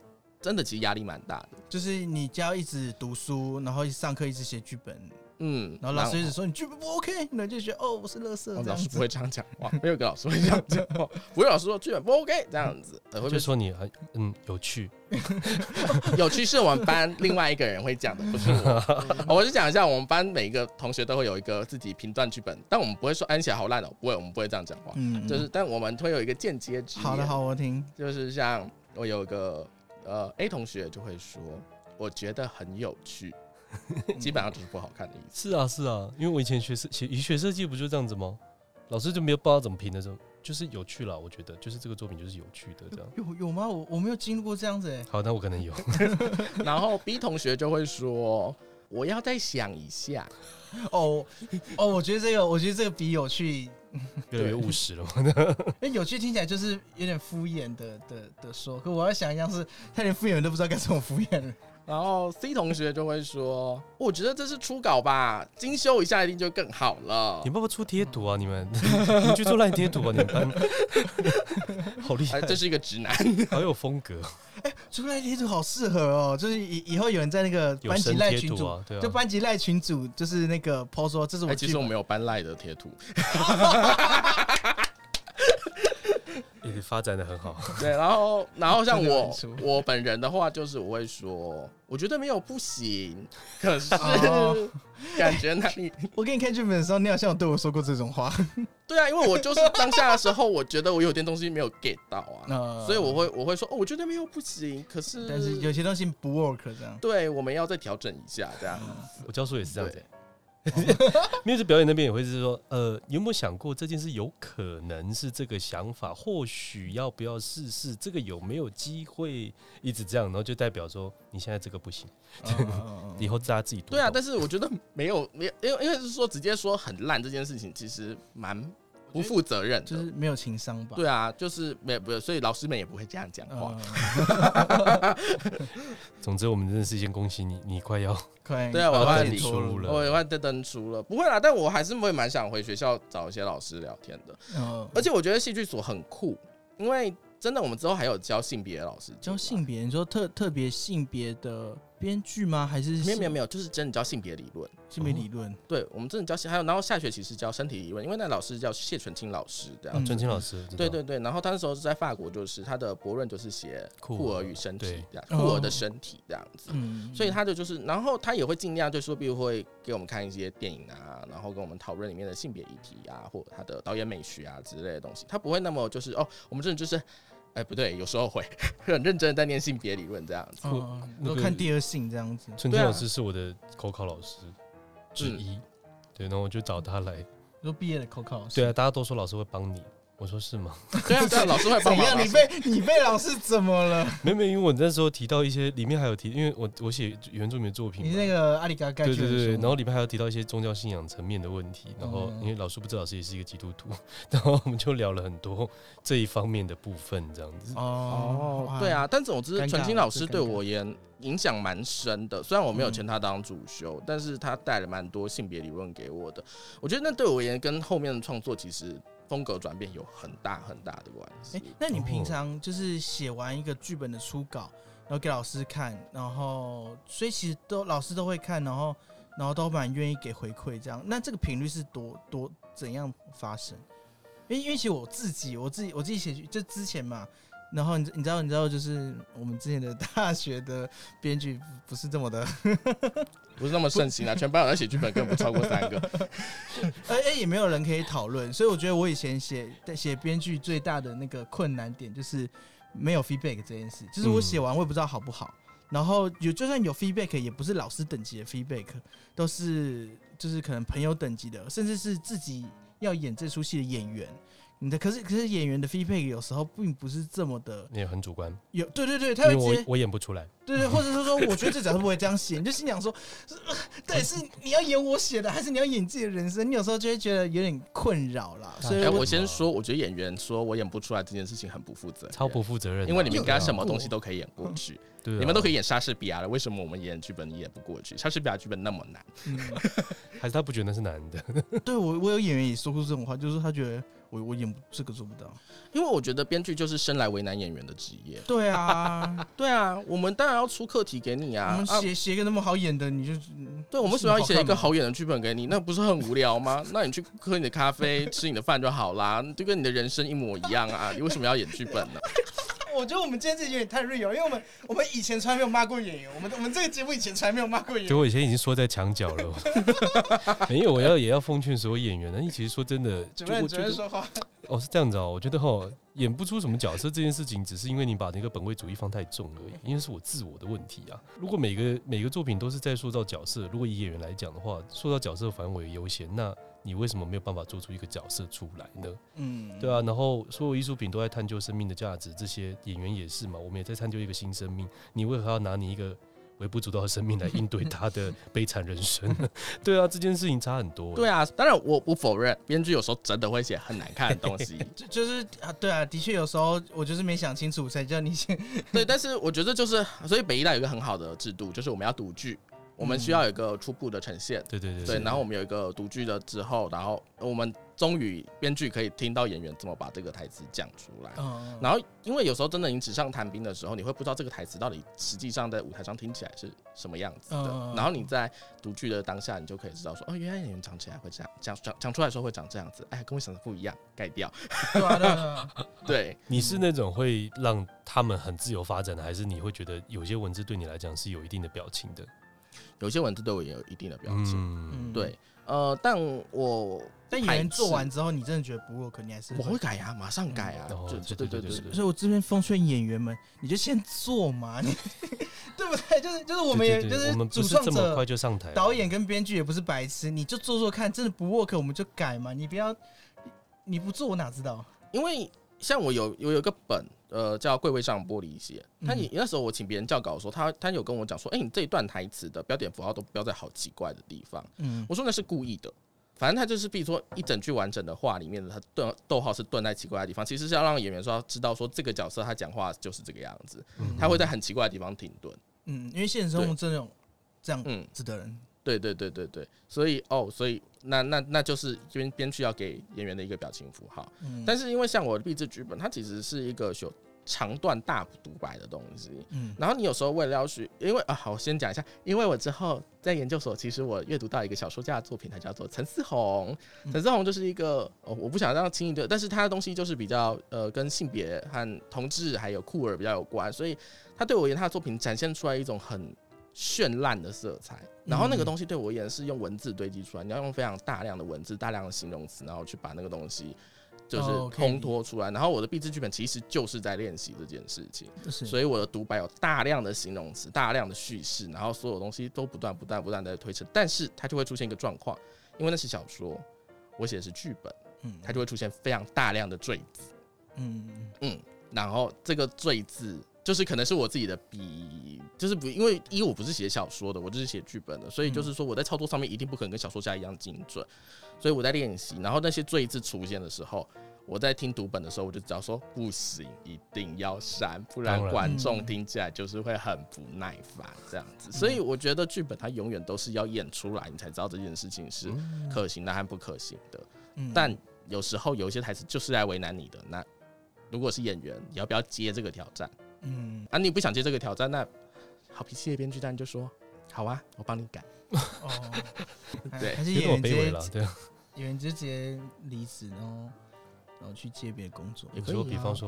真的其实压力蛮大的， 就是你就要一直读书，然后上课一直写剧本。 嗯， 然后老师一直说你剧本不 OK， 那就觉得哦我是垃圾。 老师不会这样讲话，没有个老师会这样讲话，不会老师说剧本不 OK 这样子， 呃、就说你很嗯有趣， 有趣是我们班另外一个人会讲的，不是我。我就讲一下，我们班每一个同学都会有一个自己评断剧本，但我们不会说安起来好烂哦，不会，我们不会这样讲话，嗯，就是但我们会有一个间接之言。 好的，好，我听。 就是像我有一个呃 A 同学就会说，我觉得很有趣。基本上就是不好看的意思。 是啊，是啊，因为我以前学设学学设计不就这样子吗？老师就没有不知道怎么评的时候，就是有趣了。我觉得就是这个作品就是有趣的这样。 有有吗？我我没有经历过这样子哎、欸。 好，那我可能有。 然后 B 同学就会说，我要再想一下。 哦哦，我觉得这个，我觉得这个比有趣越来越务实了嘛。 因为有趣听起来就是有点敷衍的的的说，可我要想一样是，他连敷衍都不知道该怎么敷衍了。 然后 C 同学就会说：“我觉得这是初稿吧，精修一下一定就更好了。” 你爸爸出贴图啊？你们你们去做烂贴图啊？你们班好厉害！ 这是一个直男， 好有风格。 哎、欸，出烂贴图好适合哦，就是以以后有人在那个班级赖群组， 啊啊、 就班级赖群组，就是那个 po 说这是我、欸。 其实我没有班赖的贴图。 也发展的很好， 对，然后，然后像我，我本人的话，就是我会说，我觉得没有不行，可是感觉哪里， 我给你看剧本的时候，你好像有对我说过这种话。 对啊，因为我就是当下的时候，我觉得我有点东西没有 get 到啊， 呃、 所以我会我会说、哦，我觉得没有不行，可是， 但是有些东西不 work 这样。 对，我们要再调整一下这样。 我教书也是这样子。面试表演那边也会是说，呃，有没有想过这件事有可能是这个想法，或许要不要试试？这个有没有机会一直这样？然后就代表说你现在这个不行，以后大家自己多。 对啊，但是我觉得没有没有，因为因为是说直接说很烂这件事情，其实蛮不负责任的， 就是没有情商吧？ 对啊，就是没不，所以老师们也不会这样讲话。 呃、 总之，我们真的是先恭喜你，你快要快对啊，我快登出了， 我也快登出了。不会啦，但我还是会蛮想回学校找一些老师聊天的。嗯，而且我觉得戏剧所很酷，因为真的我们之后还有教性别的老师， 教性别，你说特特别性别的编剧吗？还是没有没有没有，就是真的教性别理论， 性别理论。 对，我们真的教，还有然后下学期是教身体理论，因为那老师叫谢纯清老师，这样。 纯清老师， 对对对。然后他那时候是在法国，就是他的博论就是写酷儿与身体，这样，酷儿的身体这样子。嗯。所以他的就是，然后他也会尽量就是说，比如会给我们看一些电影啊，然后跟我们讨论里面的性别议题啊，或者他的导演美学啊之类的东西。他不会那么就是哦，我们真的就是。哎、欸，不对，有时候会很认真的在念性别理论这样子， 哦，都看第二性这样子。 春天老师是我的口考老师之一，嗯、对，然后我就找他来。 你说毕业的口考老师？ 对啊，大家都说老师会帮你，我说是吗？ 对啊，对啊，老师会帮忙。 你被你被老师怎么了？ 没有没有，因为我那时候提到一些，里面还有提，因为我我写原住民的作品， 你那个阿里嘎盖， 对对对，然后里面还有提到一些宗教信仰层面的问题，然后因为老师不知道老师也是一个基督徒，然后我们就聊了很多这一方面的部分，这样子。 哦，对啊，但总之纯清老师对我也影响蛮深的，虽然我没有签他当主修，嗯、但是他带了蛮多性别理论给我的，我觉得那对我而言跟后面的创作其实。风格转变有很大很大的关系。 欸，那你平常就是写完一个剧本的初稿，然后给老师看，然后所以其实都老师都会看，然后然后都蛮愿意给回馈这样。那这个频率是多多怎样发生？因为因为其实我自己我自己我自己写剧就之前嘛。然后你你知道你知道就是我们之前的大学的编剧不是这么的不是那么盛行啊，全班有在写剧本根本不超过三个， 而且也没有人可以讨论，所以我觉得我以前写写编剧最大的那个困难点就是没有 feedback 这件事，就是我写完我也不知道好不好，然后有就算有 feedback 也不是老师等级的 feedback， 都是就是可能朋友等级的，甚至是自己要演这出戏的演员。你的可是可是演员的 feedback 有时候并不是这么的， 你也很主观。 有对对对，他会直接我, 我演不出来， 对对，或者是说我觉得这角色不会这样写，你就心想说，对，是你要演我写的，还是你要演自己的人生？你有时候就会觉得有点困扰啦。所以我,、 欸、我先说，我觉得演员说我演不出来这件事情很不负责任， 超不负责任， 因为你们应该什么东西都可以演过去。 对、啊， 你们都可以演莎士比亚了，为什么我们演剧本演不过去？莎士比亚剧本那么难， 嗯， 还是他不觉得是难的？ 对我，我有演员也说过这种话，就是他觉得我我演这个做不到， 因为我觉得编剧就是生来为难演员的职业。 对啊， 对啊，我们当然要出课题给你啊， 我们写写、啊、个那么好演的，你就对，我们为什么要写一个好演的剧本给你？那不是很无聊吗？那你去喝你的咖啡，吃你的饭就好啦，就跟你的人生一模一样啊！你为什么要演剧本呢？ 我觉得我们今天这集有点太 real， 因为我们我们以前从来没有骂过演员，我们我们这个节目以前从来没有骂过演员。 就我以前已经说在墙角了，没有，我要也要奉劝所有演员。那其实说真的， 主任主任说话， 哦是这样子哦，我觉得哈演不出什么角色这件事情，只是因为你把那个本位主义放太重而已，因为是我自我的问题啊。如果每个每个作品都是在塑造角色，如果以演员来讲的话，塑造角色反为优先，那你为什么没有办法做出一个角色出来呢？嗯，对啊。然后所有艺术品都在探究生命的价值，这些演员也是嘛，我们也在探究一个新生命。你为何要拿你一个微不足道的生命来应对他的悲惨人生？对啊，这件事情差很多。 对啊，当然我不否认，编剧有时候真的会写很难看的东西。 就就是啊，对啊，的确有时候我就是没想清楚才叫你写。 对，但是我觉得就是，所以北艺大有一个很好的制度，就是我们要读剧。我们需要有一个初步的呈现， 对对 对, 对，然后我们有一个读剧的之后，然后我们终于编剧可以听到演员怎么把这个台词讲出来。嗯，然后因为有时候真的你纸上谈兵的时候，你会不知道这个台词到底实际上在舞台上听起来是什么样子的。嗯、然后你在读剧的当下，你就可以知道说，哦，原来演员讲起来会这样，讲讲讲出来的时候会长这样子，哎，跟我想的不一样，改掉。 对啊，对啊， 对。 你是那种会让他们很自由发展的，还是你会觉得有些文字对你来讲是有一定的表情的？ 有些文字对我也有一定的表情，嗯、对，呃，但我但演员做完之后，你真的觉得不 work， 你还是我会改啊，马上改啊， 嗯、 对对对对对。 所以我这边奉劝演员们，你就先做嘛，你对不对？就是就是我们也就是主创者， 这么快就上台， 导演跟编剧也不是白痴，你就做做看，真的不 work 我们就改嘛，你不要你不做我哪知道？ 因为像我有有有一个本。呃，叫柜位上玻璃鞋。他你那时候我请别人校稿的时候，他他有跟我讲说，哎、欸，你这一段台词的标点符号都标在好奇怪的地方。嗯，我说那是故意的。反正他就是，比如说一整句完整的话里面的，他顿逗号是顿在奇怪的地方，其实是要让演员说知道说这个角色他讲话就是这个样子，嗯、他会在很奇怪的地方停顿。 嗯，因为现实生活真的有这样子的人。嗯、 对对对对对，所以哦，所以那那那就是编编剧要给演员的一个表情符号。嗯、但是因为像我的壁纸剧本，它其实是一个有长段大独白的东西，嗯，然后你有时候为了要学，因为啊，好，我先讲一下，因为我之后在研究所，其实我阅读到一个小说家的作品，它叫做陈思宏，陈思宏就是一个，哦，我不想让轻易的，但是他的东西就是比较呃跟性别和同志还有酷儿比较有关，所以他对我而言，他的作品展现出来一种很绚烂的色彩，然后那个东西对我而言是用文字堆积出来，你要用非常大量的文字、大量的形容词，然后去把那个东西。就是烘托出来，然后我的壁纸剧本其实就是在练习这件事情，所以我的独白有大量的形容词、大量的叙事，然后所有东西都不断、不断、不断的推陈，但是它就会出现一个状况，因为那是小说，我写的是剧本，它就会出现非常大量的赘字，嗯嗯，然后这个赘字就是可能是我自己的笔，就是不因为因为我不是写小说的，我就是写剧本的，所以就是说我在操作上面一定不可能跟小说家一样精准。所以我在练习，然后那些赘字出现的时候，我在听读本的时候，我就知道说不行，一定要删，不然观众听起来就是会很不耐烦这样子。所以我觉得剧本它永远都是要演出来，你才知道这件事情是可行的和不可行的。但有时候有一些台词就是来为难你的，那如果是演员，你要不要接这个挑战？嗯，啊，你不想接这个挑战，那好脾气的编剧当然就说好啊，我帮你改。哦， 对，还是演员直接对，演员直接离职，然后然后去接别的工作， 也可以、啊。比方说，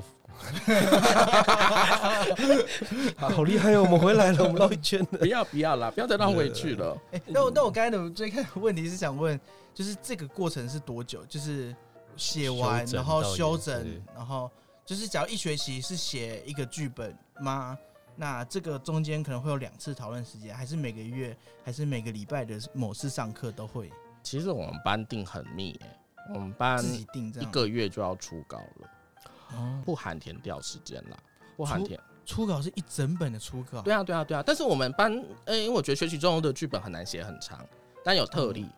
好厉害哦！我们回来了，我们绕一圈了。 不要不要啦，不要再绕回去了。 哎、欸，那我那我刚才的最开始问题是想问，就是这个过程是多久？就是写完，然后修整，然后就是假如一学期是写一个剧本吗？那这个中间可能会有两次讨论时间，还是每个月，还是每个礼拜的某次上课都会？ 其实我们班定很密、欸，我们班一个月就要出稿了，哦、不含填调时间啦，不含填初稿是一整本的初稿。 对啊，对啊，对啊。但是我们班，呃、欸，因为我觉得学习中的剧本很难写很长，但有特例。嗯、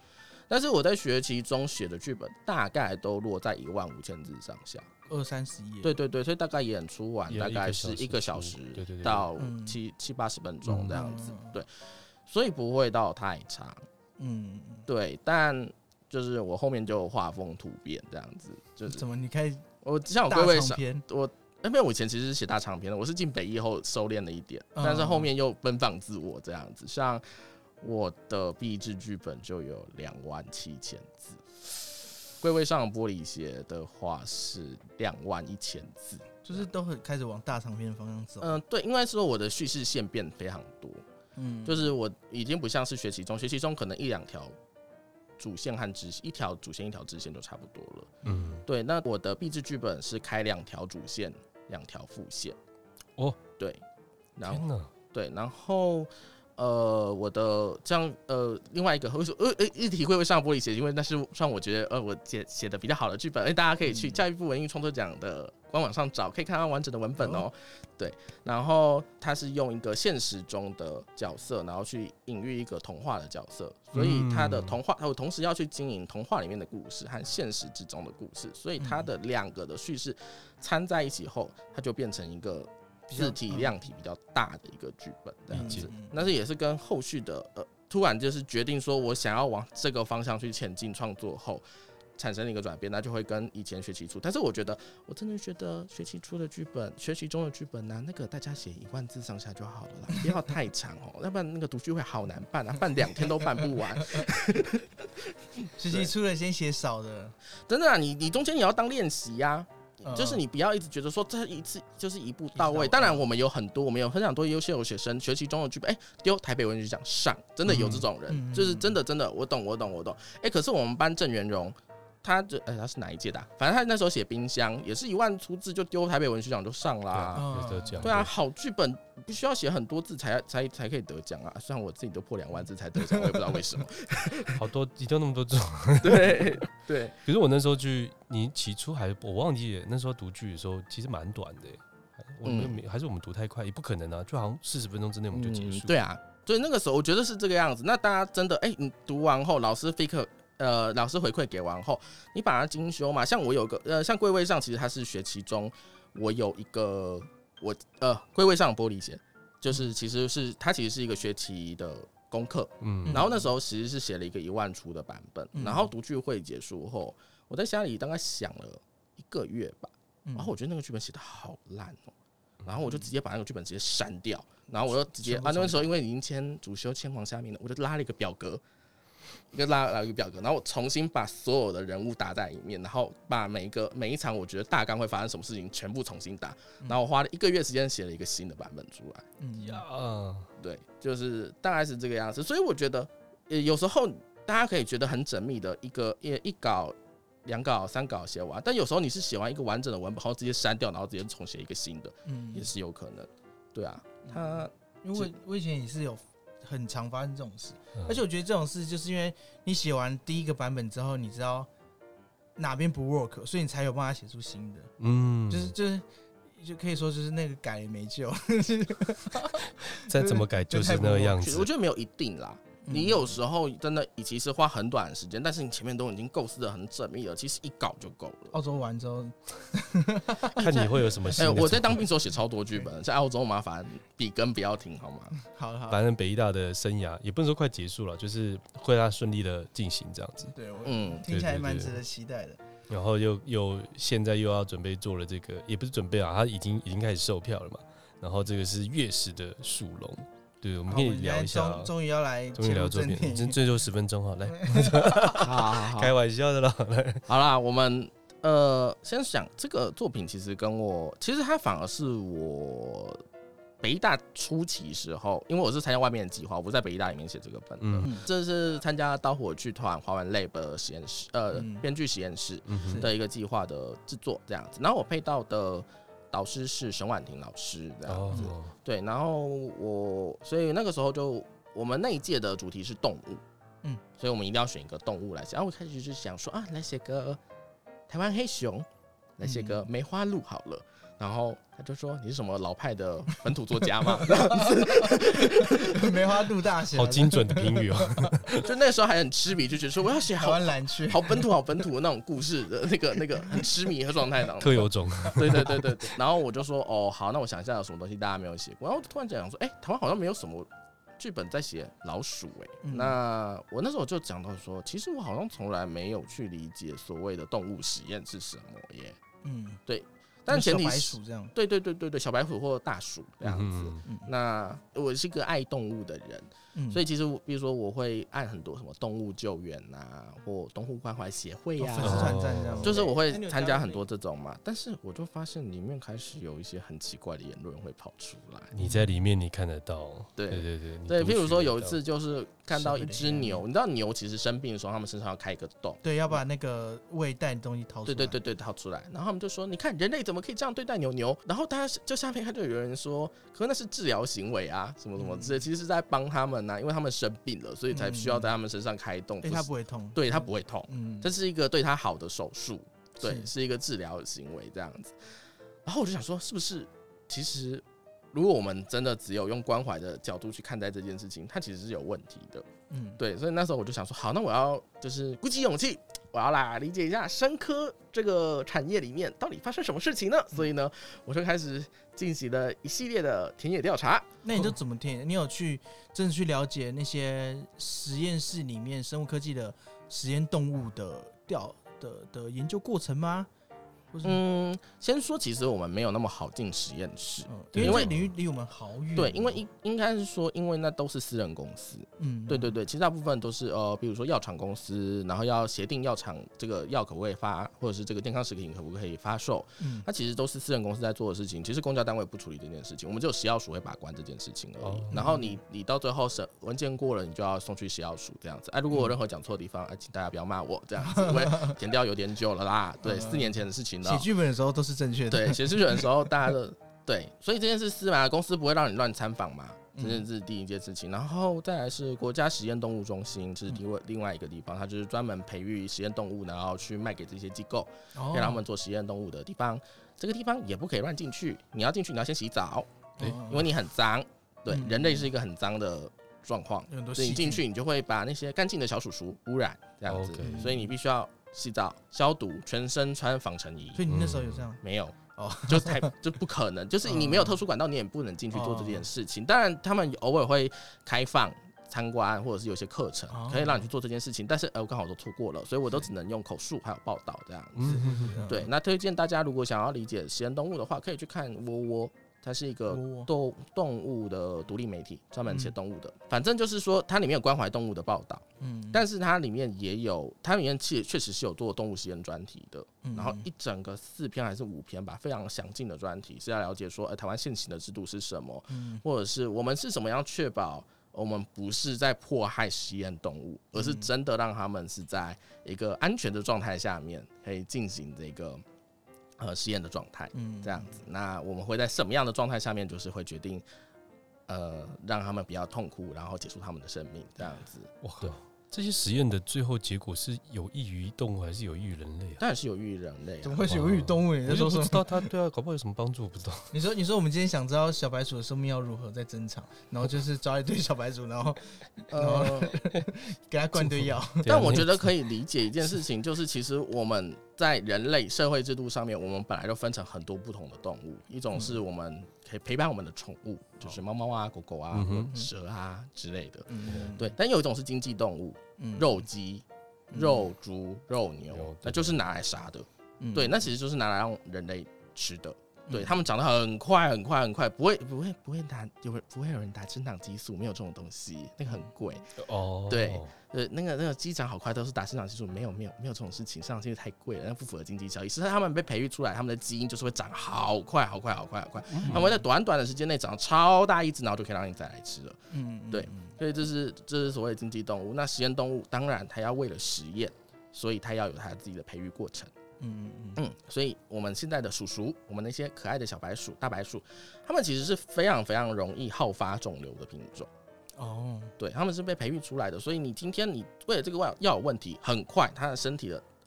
但是我在学期中写的剧本大概都落在一万五千字上下， 二三十页。 对对对，所以大概演出完大概是一个小时到七七八十分钟这样子，嗯、对，所以不会到太长，嗯，对，但就是我后面就画风突变这样子，就是怎么你开始我像我各位我。因为我以前其实是写大长篇的，我是进北艺后收敛了一点，嗯、但是后面又奔放自我这样子。像我的毕制剧本就有两万七千字，柜位上的玻璃鞋的话是两万一千字， 就是都很开始往大长篇的方向走。 嗯、呃，对，应该说我的叙事线变非常多，嗯，就是我已经不像是学期中，学期中可能一两条。主线和支线，一条主线一条支线就差不多了。嗯，对。那我的毕制剧本是开两条主线，两条副线。哦，对。然后，对，然后呃，我的这样呃，另外一个会说呃，议题会不会上玻璃鞋？因为那是算我觉得呃，我写写的比较好的剧本，哎，大家可以去教育部文艺创作奖的官网上找，可以看到完整的文本哦。哦对，然后他是用一个现实中的角色，然后去隐喻一个童话的角色，所以他的童话，我同时要去经营童话里面的故事和现实之中的故事，所以他的两个的叙事掺在一起后，它就变成一个字体量体比较大的一个剧本这样子。但是也是跟后续的呃，突然就是决定说我想要往这个方向去前进创作后。产生了一个转变，那就会跟以前学期初，但是我觉得，我真的觉得学期初的剧本、学期中的剧本呢、啊，那个大家写一万字上下就好了啦，不要太长哦，要不然那个读剧会好难办啊，办两天都办不完。 学期初的先写少的， 真的啊，你你中间也要当练习呀。就是你不要一直觉得说这一次就是一步到位，当然我们有很多，我们有很想多优秀的学生，学期中的剧本，哎、欸，丢台北文学奖上，真的有这种人，嗯、就是真的真的，我懂我懂我懂，哎、欸，可是我们班郑元荣。他就哎、欸，他是哪一届的、啊？反正他那时候写冰箱，也是一万出字就丢台北文学奖就上啦、啊。 对, 对, 对啊，好剧本不需要写很多字才才才可以得奖啊。虽然我自己都破两万字才得奖，我也不知道为什么。 好多，你丢那么多字。 对对。 可是我那时候剧，你起初还我忘记了，那时候读剧的时候其实蛮短的、欸。我们、嗯、还是我们读太快，也不可能啊，就好像四十分钟之内我们就结束、 嗯。对啊，对，那个时候我觉得是这个样子。那大家真的，哎、欸，你读完后，老师 feedback。呃，老师回馈给完后，你把它精修嘛。像我有个呃，像柜位上，其实它是学期中，我有一个我呃柜位上的玻璃鞋，就是其实是它其实是一个学期的功课，嗯，然后那时候其实是写了一个一万出的版本，嗯、然后读剧会结束后，我在家里大概想了一个月吧，然后我觉得那个剧本写得好烂哦、喔，然后我就直接把那个剧本直接删掉，然后我就直接啊那个时候因为已经签主修签黄虾米了，我就拉了一个表格。一个拉拉一个表格，然后我重新把所有的人物打在里面，然后把每一个每一场我觉得大纲会发生什么事情全部重新打，然后我花了一个月时间写了一个新的版本出来。嗯呀，对，就是大概是这个样子。所以我觉得，有时候大家可以觉得很缜密的一个一稿、两稿、三稿写完，但有时候你是写完一个完整的文本后直接删掉，然后直接重写一个新的，嗯，也是有可能。对啊，他因为我以前也是有。很常发生这种事，而且我觉得这种事就是因为你写完第一个版本之后，你知道哪边不 work， 所以你才有办法写出新的。嗯，就是就是就可以说就是那个改也没救， 再怎么改就是那个样子。 我觉得没有一定啦。你有时候真的，与其是花很短的时间，但是你前面都已经构思的很缜密了，其实一稿就够了。 澳洲完之后， 看你会有什么新的。 欸、我在当兵时候写超多剧本，在澳洲麻烦笔根不要停好吗？ 好好。 反正北医大的生涯也不能说快结束了，就是会让它顺利的进行这样子。 对，嗯，听起来蛮值得期待的。 然后又又现在又要准备做了这个，也不是准备啊，他已经已经开始售票了嘛。然后这个是月食的属龙。对，我们可以聊一下。 终于要来， 终于聊作品，这最后十分钟哈，来， 好好好， 开玩笑的啦。 好啦，我们呃先想这个作品，其实跟我，其实它反而是我北医大初期时候，因为我是参加外面的计划，我不在北医大里面写这个本的，嗯、这是参加刀火剧团华文 Lab 实验室呃编剧实验室的一个计划的制作这样子，然后我配到的。导师是沈婉婷老师这样子， oh. 对，然后我，所以那个时候就我们那一届的主题是动物，嗯，所以我们一定要选一个动物来写。然后我开始就想说啊，来写个台湾黑熊，来写个梅花鹿好了。然后他就说你是什么老派的本土作家吗？ 梅花鹿大侠， 好精准的评语哦。 就那时候还很痴迷，就觉得说我要写好蓝区， 好本土好本土的那种故事的那个那个很痴迷的状态当中， 特有种。 对对对对对。然后我就说哦好，那我想一下有什么东西大家没有写过。然后突然讲说，哎、欸，台湾好像没有什么剧本在写老鼠哎、欸嗯。那我那时候就讲到说，其实我好像从来没有去理解所谓的动物实验是什么耶。嗯，对。但前提是，对对对对对，小白鼠或大鼠这样子。嗯、那我是一个爱动物的人，嗯、所以其实比如说我会按很多什么动物救援啊，或动物关怀协会啊， 哦、 就是我会参加很多这种嘛。但是我就发现里面开始有一些很奇怪的言论会跑出来。 你在里面你看得到， 对对对对对。譬如说有一次就是看到一只牛，你知道牛其实生病的时候，他们身上要开一个洞， 对，要把那个胃袋的东西掏出来， 对对对对，掏出来。然后他们就说，你看人类怎么可以这样对待牛牛？然后大家就下面看就有人说，可是那是治疗行为啊，什么什么之类，嗯、其实是在帮他们啊，因为他们生病了，所以才需要在他们身上开洞。 对、嗯，他不会痛， 对他不会痛，嗯，这是一个对他好的手术，对，是, 是一个治疗行为这样子。然后我就想说，是不是其实如果我们真的只有用关怀的角度去看待这件事情，它其实是有问题的，嗯，对。所以那时候我就想说，好，那我要就是鼓起勇气，我要来理解一下生科这个产业里面到底发生什么事情呢？所以呢，我就开始进行了一系列的田野调查。 那你就怎么田野？你有去真的去了解那些实验室里面生物科技的实验动物的调的的研究过程吗？ 嗯，先说，其实我们没有那么好进实验室， 嗯、因为这领域离我们好远。 对，因为应应该是说，因为那都是私人公司。嗯，对对对，其实大部分都是呃，比如说药厂公司，然后要协定药厂这个药可不可以发，或者是这个健康食品可不可以发售，嗯，它其实都是私人公司在做的事情。其实公家单位不处理这件事情，我们只有食药署会把关这件事情而已。哦、然后你你到最后审文件过了，你就要送去食药署这样子。哎、啊，如果有任何讲错的地方，哎、啊，请大家不要骂我这样子，因为填掉有点久了啦。对，四年前的事情了。 写剧本的时候都是正确的。 对，写剧本的时候大家的对，所以这件事私人公司不会让你乱参访嘛，这是第一件事情。然后再来是国家实验动物中心，这是另外一个地方，它就是专门培育实验动物，然后去卖给这些机构，让他们做实验动物的地方。这个地方也不可以乱进去，你要进去你要先洗澡，对，因为你很脏。对，人类是一个很脏的状况，所以你进去你就会把那些干净的小鼠鼠污染这样子，所以你必须要洗澡、消毒，全身穿防尘衣。 所以你那时候有这样？ 嗯、没有。哦，就太就不可能，就是你没有特殊管道，你也不能进去做这件事情。当然，他们偶尔会开放参观，或者是有些课程可以让你去做这件事情，但是呃，我刚好都错过了，所以我都只能用口述还有报道这样子。对，那推荐大家如果想要理解实验动物的话，可以去看窝窝。它是一个动动物的独立媒体，专门写动物的。嗯、反正就是说，它里面有关怀动物的报道，嗯，但是它里面也有，它里面确确实是有做动物实验专题的，嗯、然后一整个四篇还是五篇吧，非常详尽的专题，是要了解说，呃，台湾现行的制度是什么，嗯、或者是我们是怎么样确保我们不是在迫害实验动物，而是真的让他们是在一个安全的状态下面可以进行这个。呃，实验的状态，嗯，这样子，那我们会在什么样的状态下面，就是会决定，呃，让他们不要痛苦，然后结束他们的生命，这样子。 哇，对，这些实验的最后结果是有益于动物，还是有益于人类啊？ 当然是有益于人类、啊。 怎么会是有益于动物？你在说什么？ 我不知道它对啊，搞不好有什么帮助，我不知道。 你说，你说我们今天想知道小白鼠的生命要如何在增长，然后就是抓一堆小白鼠，然后，然后给它灌堆药。 但我觉得可以理解一件事情，就是其实我们。在人类社会制度上面，我们本来就分成很多不同的动物，一种是我们可以陪伴我们的宠物，就是猫猫啊、狗狗啊、嗯、蛇啊之类的，嗯、对。但有一种是经济动物，嗯、肉鸡、肉猪、肉牛，那就是拿来杀的，嗯、对，那其实就是拿来让人类吃的。对，他们长得很快很快很快，不会不会不会打，有不会有人打生长激素，没有这种东西，那个很贵哦。对，呃，那个那个鸡长好快都是打生长激素，没有没有没有这种事情，生长激素太贵了，那不符合经济效益。是他们被培育出来，他们的基因就是会长好快好快好快好快，嗯、他们会在短短的时间内长超大一只，然后就可以让你再来吃了。嗯，对，所以这是这是所谓的经济动物。那实验动物当然它要为了实验，所以它要有它自己的培育过程。嗯嗯嗯，所以我们现在的鼠鼠，我们那些可爱的小白鼠、大白鼠，它们其实是非常非常容易好发肿瘤的品种。哦，对，它们是被培育出来的，所以你今天你为了这个药有问题，很快它的身体的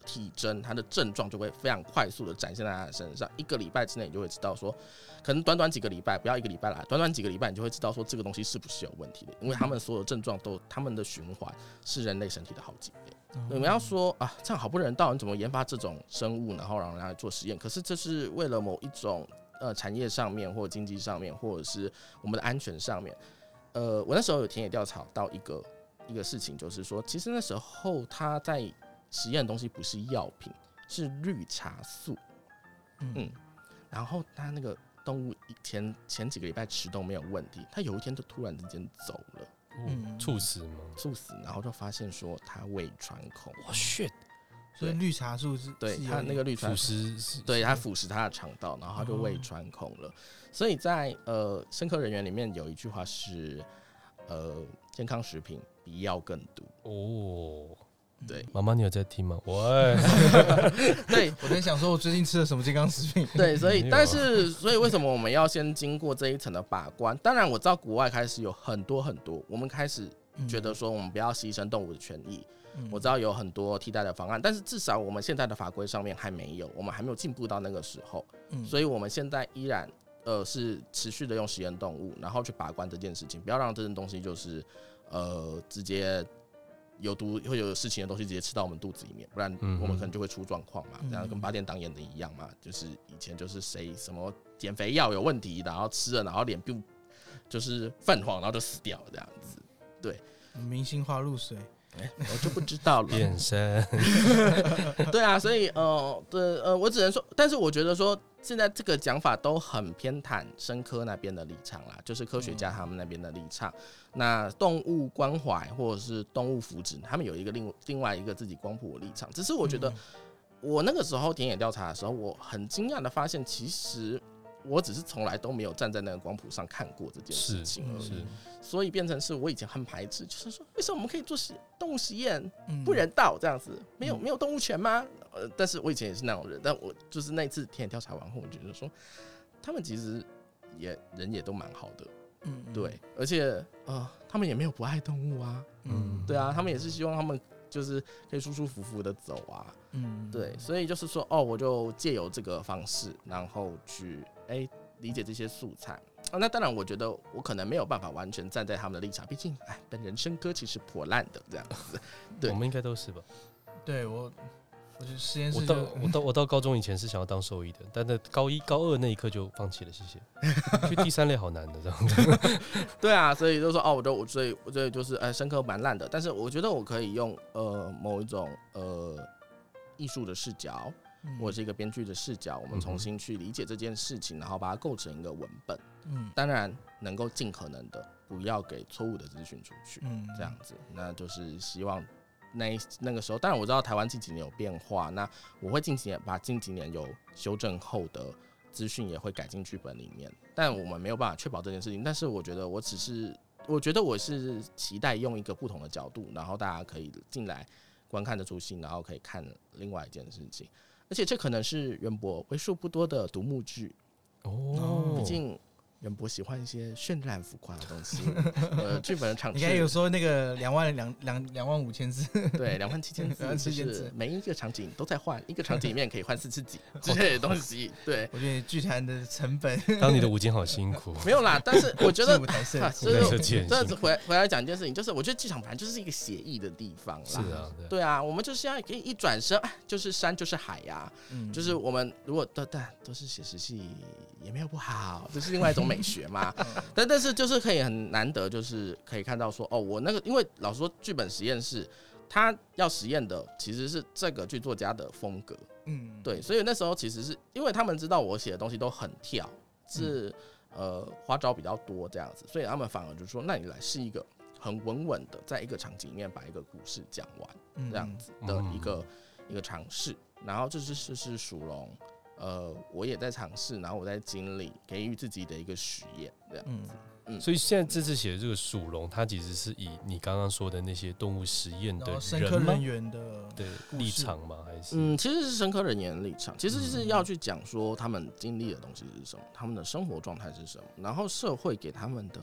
体征，它的症状就会非常快速的展现在他的身上。一个礼拜之内，你就会知道说，可能短短几个礼拜，不要一个礼拜啦，短短几个礼拜，你就会知道说这个东西是不是有问题的，因为他们所有症状都，他们的循环是人类身体的好几倍。你们要说啊，这样好不人道，你怎么研发这种生物，然后让人来做实验？可是这是为了某一种呃产业上面，或者经济上面，或者是我们的安全上面。呃，我那时候有田野调查到一个一个事情，就是说，其实那时候他在实验的东西不是药品，是绿茶素。嗯，嗯然后他那个动物前前几个礼拜吃都没有问题，他有一天就突然之间走了。 嗯，猝死吗？ 猝死，然后就发现说他胃穿孔。 哇 shit！ 所以绿茶素是对他那个绿茶腐蚀， 对他腐蚀他的肠道，然后他就胃穿孔了。哦、所以在呃生科人员里面有一句话是，呃，健康食品比药更毒。哦，对， 妈妈你有在听吗？喂， 对， 我在想说我最近吃了什么健康食品。 对，所以但是所以为什么我们要先经过这一层的把关？当然我知道国外开始有很多很多，我们开始觉得说我们不要牺牲动物的权益。嗯、我知道有很多替代的方案，但是至少我们现在的法规上面还没有，我们还没有进步到那个时候。嗯、所以我们现在依然呃是持续的用实验动物，然后去把关这件事情，不要让这件东西就是呃直接有毒会有事情的东西直接吃到我们肚子里面，不然我们可能就会出状况嘛。这样跟八点档演的一样嘛，就是以前就是谁什么减肥药有问题，然后吃了然后脸部就是泛黄，然后就死掉这样子。对， 明星花露水。 欸、我就不知道了。 变身。 对啊，所以呃，对呃，我只能说，但是我觉得说，现在这个讲法都很偏袒生科那边的立场啦，就是科学家他们那边的立场。嗯、那动物关怀或者是动物福祉，他们有一个另另外一个自己光谱的立场。只是我觉得，我那个时候田野调查的时候，我很惊讶的发现，其实我只是从来都没有站在那个光谱上看过这件事情而已。是是所以变成是我以前很排斥，就是说为什么我们可以做动物实验不人道这样子，没有没有动物权吗？呃，但是我以前也是那种人，但我就是那一次田野调查完后，我觉得说他们其实也人也都蛮好的，嗯，对，而且呃他们也没有不爱动物啊，嗯，对啊，他们也是希望他们就是可以舒舒服服的走啊，嗯，对，所以就是说哦，我就借由这个方式，然后去哎、欸、理解这些素材。啊、那当然，我觉得我可能没有办法完全站在他们的立场，毕竟，哎，本人生科其实破烂的这样子。对， 我们应该都是吧？ 对我，我觉得实验室我到我到我到高中以前是想要当兽医的，但在高一高二那一刻就放弃了，谢谢。去第三类好难的这样子。 对啊，所以就说哦，我就我所以我所以就是哎，生科蛮烂的，但是我觉得我可以用呃某一种呃艺术的视角。或者是一个编剧的视角，我们重新去理解这件事情，然后把它构成一个文本。嗯，当然能够尽可能的不要给错误的资讯出去。嗯，这样子，那就是希望那那个时候，当然我知道台湾近几年有变化，那我会近几年把近几年有修正后的资讯也会改进剧本里面，但我们没有办法确保这件事情。但是我觉得我只是，我觉得我是期待用一个不同的角度，然后大家可以进来观看这出戏，然后可以看另外一件事情。而且这可能是渊博为数不多的独幕剧哦，毕竟渊博喜欢一些绚烂浮夸的东西。呃，剧本的场次， 你看有说那个两万两两两万五千字， 对，两万七千字，就是每一个场景都在换，一个场景里面可以换四次几之类的东西。对， 我觉得剧团的成本， 当你的舞监好辛苦。 没有啦，但是我觉得舞台设计， 这样子回来回来讲一件事情，就是我觉得剧场本来就是一个写意的地方啦。 是啊，对， 对啊，我们就是要可以一转身，就是山就是海呀、啊嗯，就是我们如果都但都是写实戏，也没有不好，这是另外一种美学嘛。但但是就是可以很难得，就是可以看到说，哦，我那个，因为老实说，剧本实验室他要实验的其实是这个剧作家的风格，嗯，对，所以那时候其实是因为他们知道我写的东西都很跳，是、嗯、呃花招比较多这样子，所以他们反而就说，那你来试一个很稳稳的，在一个场景里面把一个故事讲完，这样子的一个、嗯、一个尝试，然后这就是是属龙。呃，我也在尝试，然后我在经历，给予自己的一个实验，这样子。嗯， 所以现在这次写的这个属龙，它其实是以你刚刚说的那些动物实验的人生科人员的的立场吗？还是嗯，其实是生科人员的立场，其实是要去讲说他们经历的东西是什么，他们的生活状态是什么，然后社会给他们的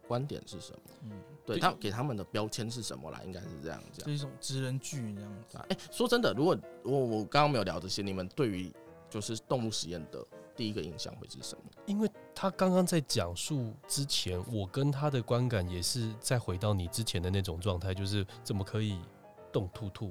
观点是什么？嗯，对他给他们的标签是什么啦？应该是这样讲， 就一种职人剧这样子。 哎、欸，说真的，如果我我刚刚没有聊这些，你们对于就是动物实验的第一个印象会是什么？ 因为他刚刚在讲述之前，我跟他的观感也是再回到你之前的那种状态，就是怎么可以动兔兔？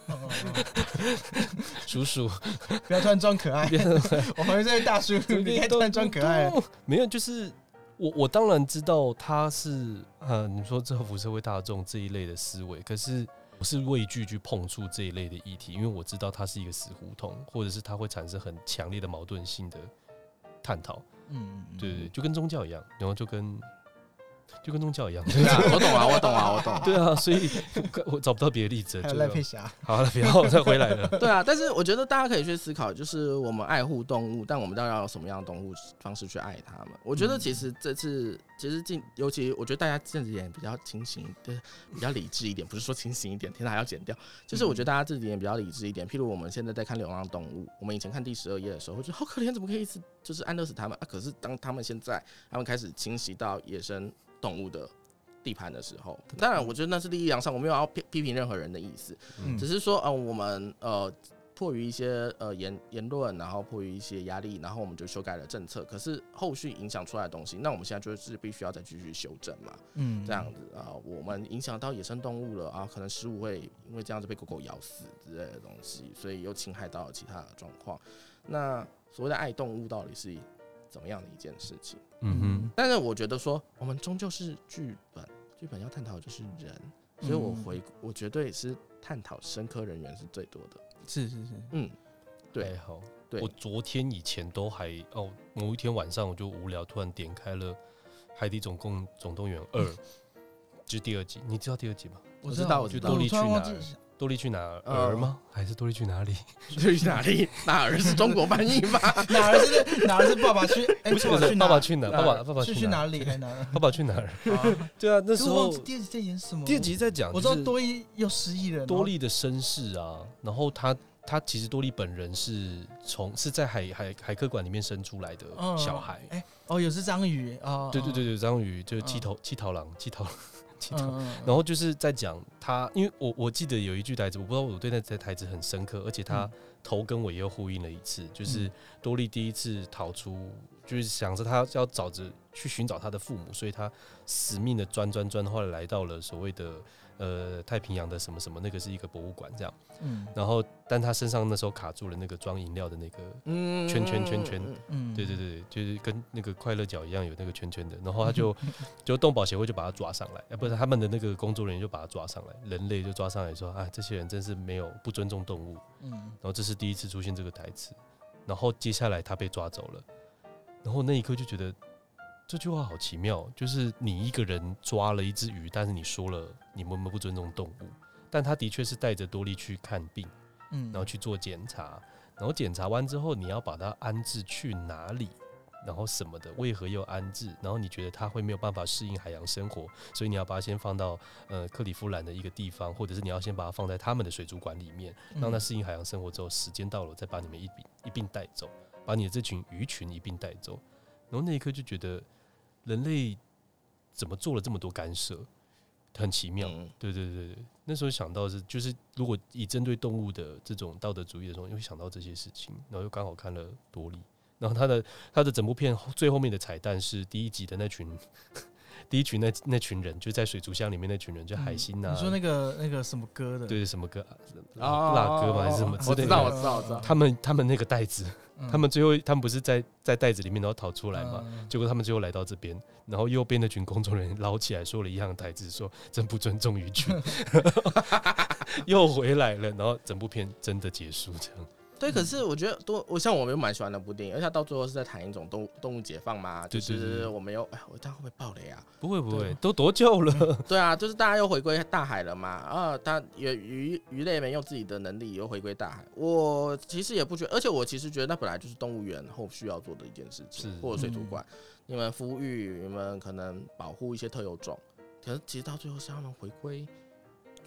叔叔， 不要突然装可爱。我旁边这位大叔，你该突然装可爱了。 没有，就是我我当然知道他是呃，你说造福社会大众这一类的思维，可是我是畏惧去碰触这一类的议题，因为我知道它是一个死胡同，或者是它会产生很强烈的矛盾性的探讨。嗯，对对，就跟宗教一样，然后就跟。就跟宗教一样， 对啊，我懂啊，我懂啊，我懂。 对啊，所以我找不到别的例子。 还有赖佩霞。 好了，不要再回来了。 对啊，但是我觉得大家可以去思考，就是我们爱护动物，但我们到底要用什么样的动物方式去爱它们？我觉得其实这次，其实近，尤其我觉得大家这几年比较清醒，对，比较理智一点，不是说清醒一点，天哪还要剪掉。就是我觉得大家这几年比较理智一点。譬如我们现在在看流浪动物，我们以前看第十二页的时候，会觉得好可怜，怎么可以一直就是安乐死他们啊？可是当他们现在，他们开始侵袭到野生动物的地盘的时候，当然我觉得那是利益良善，我没有要批评任何人的意思，嗯、只是说呃我们呃迫于一些呃言言论，然后迫于一些压力，然后我们就修改了政策，可是后续影响出来的东西，那我们现在就是必须要再继续修正嘛，嗯，这样子啊、呃，我们影响到野生动物了啊，可能食物会因为这样子被狗狗咬死之类的东西，所以又侵害到了其他的状况。那所谓的爱动物到底是怎么样的一件事情？嗯哼，但是我觉得说，我们终究是剧本，剧本要探讨的就是人，所以我回，我绝对是探讨生科人员是最多的。 是是是， 嗯，对， 好， 对， 我昨天以前都还哦，某一天晚上我就无聊，突然点开了《海底总共总动员二》，就是第二集，你知道第二集吗？ 我知道，我知道， 多利去哪儿？多利去哪儿吗？还是多利去哪里？ 多利去哪里？哪儿是中国翻译吧？ 哪儿是哪儿是爸爸去？ 不是不是，爸爸去哪？爸爸爸爸去哪里？还哪儿？ 爸爸去哪儿？对啊，那时候第二集在演什么？ 第二集在讲， 我知道多利又失忆了。 多利的身世啊，然后他他其实多利本人是从是在海海海科馆里面生出来的小孩。 哎哦，有是章鱼啊？ 对对对对，章鱼就是七头七头狼七头。然后就是在讲他，因为我我记得有一句台词，我不知道我对那台词很深刻，而且他头跟尾又呼应了一次，就是多利第一次逃出，就是想着他要找着去寻找他的父母，所以他死命的钻钻钻，后来来到了所谓的呃太平洋的什么什么，那个是一个博物馆这样，嗯，然后但他身上那时候卡住了那个装饮料的那个圈圈圈圈，嗯，对对对，就是跟那个快乐角一样有那个圈圈的，然后他就就动保协会就把他抓上来，不是他们的那个工作人员就把他抓上来，人类就抓上来说，啊，这些人真是没有不尊重动物，嗯，然后这是第一次出现这个台词，然后接下来他被抓走了，然后那一刻就觉得。这句话好奇妙，就是你一个人抓了一只鱼，但是你说了你们不尊重动物，但他的确是带着多利去看病，嗯，然后去做检查，然后检查完之后你要把它安置去哪里，然后什么的，为何又安置？然后你觉得他会没有办法适应海洋生活，所以你要把它先放到呃克里夫兰的一个地方，或者是你要先把它放在他们的水族馆里面，让它适应海洋生活之后，时间到了再把你们一并一并带走，把你的这群鱼群一并带走。然后那一刻就觉得。人类怎么做了这么多干涉，很奇妙。嗯、对对对对，那时候想到的是，就是如果以针对动物的这种道德主义的时候，又会想到这些事情，然后又刚好看了多利，然后他的他的整部片最后面的彩蛋是第一集的那群。第一群 那, 那群人就在水族箱里面那群人，就海星啊、嗯， 你说那个那个什么歌的？ 对，什么歌？辣歌吗？还是什么之类的？ 我知道，我知道，我知道。 他们他们那个袋子，嗯、他们最后他们不是在在袋子里面然后逃出来嘛？嗯、结果他们最后来到这边，然后右边那群工作人员捞起来说了一样的台词，说真不尊重鱼群，又回来了，然后整部片真的结束这样。 对，可是我觉得多，我像我们蛮喜欢那部电影，而且它到最后是在谈一种动物动物解放嘛，就是我们又，哎，我这样会不会爆雷啊？ 不会不会，都多久了？ 对啊，就是大家又回归大海了嘛，啊，它鱼鱼类们用自己的能力又回归大海。我其实也不觉得，而且我其实觉得那本来就是动物园后续要做的一件事情，或者水族馆，嗯、你们孵育，你们可能保护一些特有种，可是其实到最后是他们回归。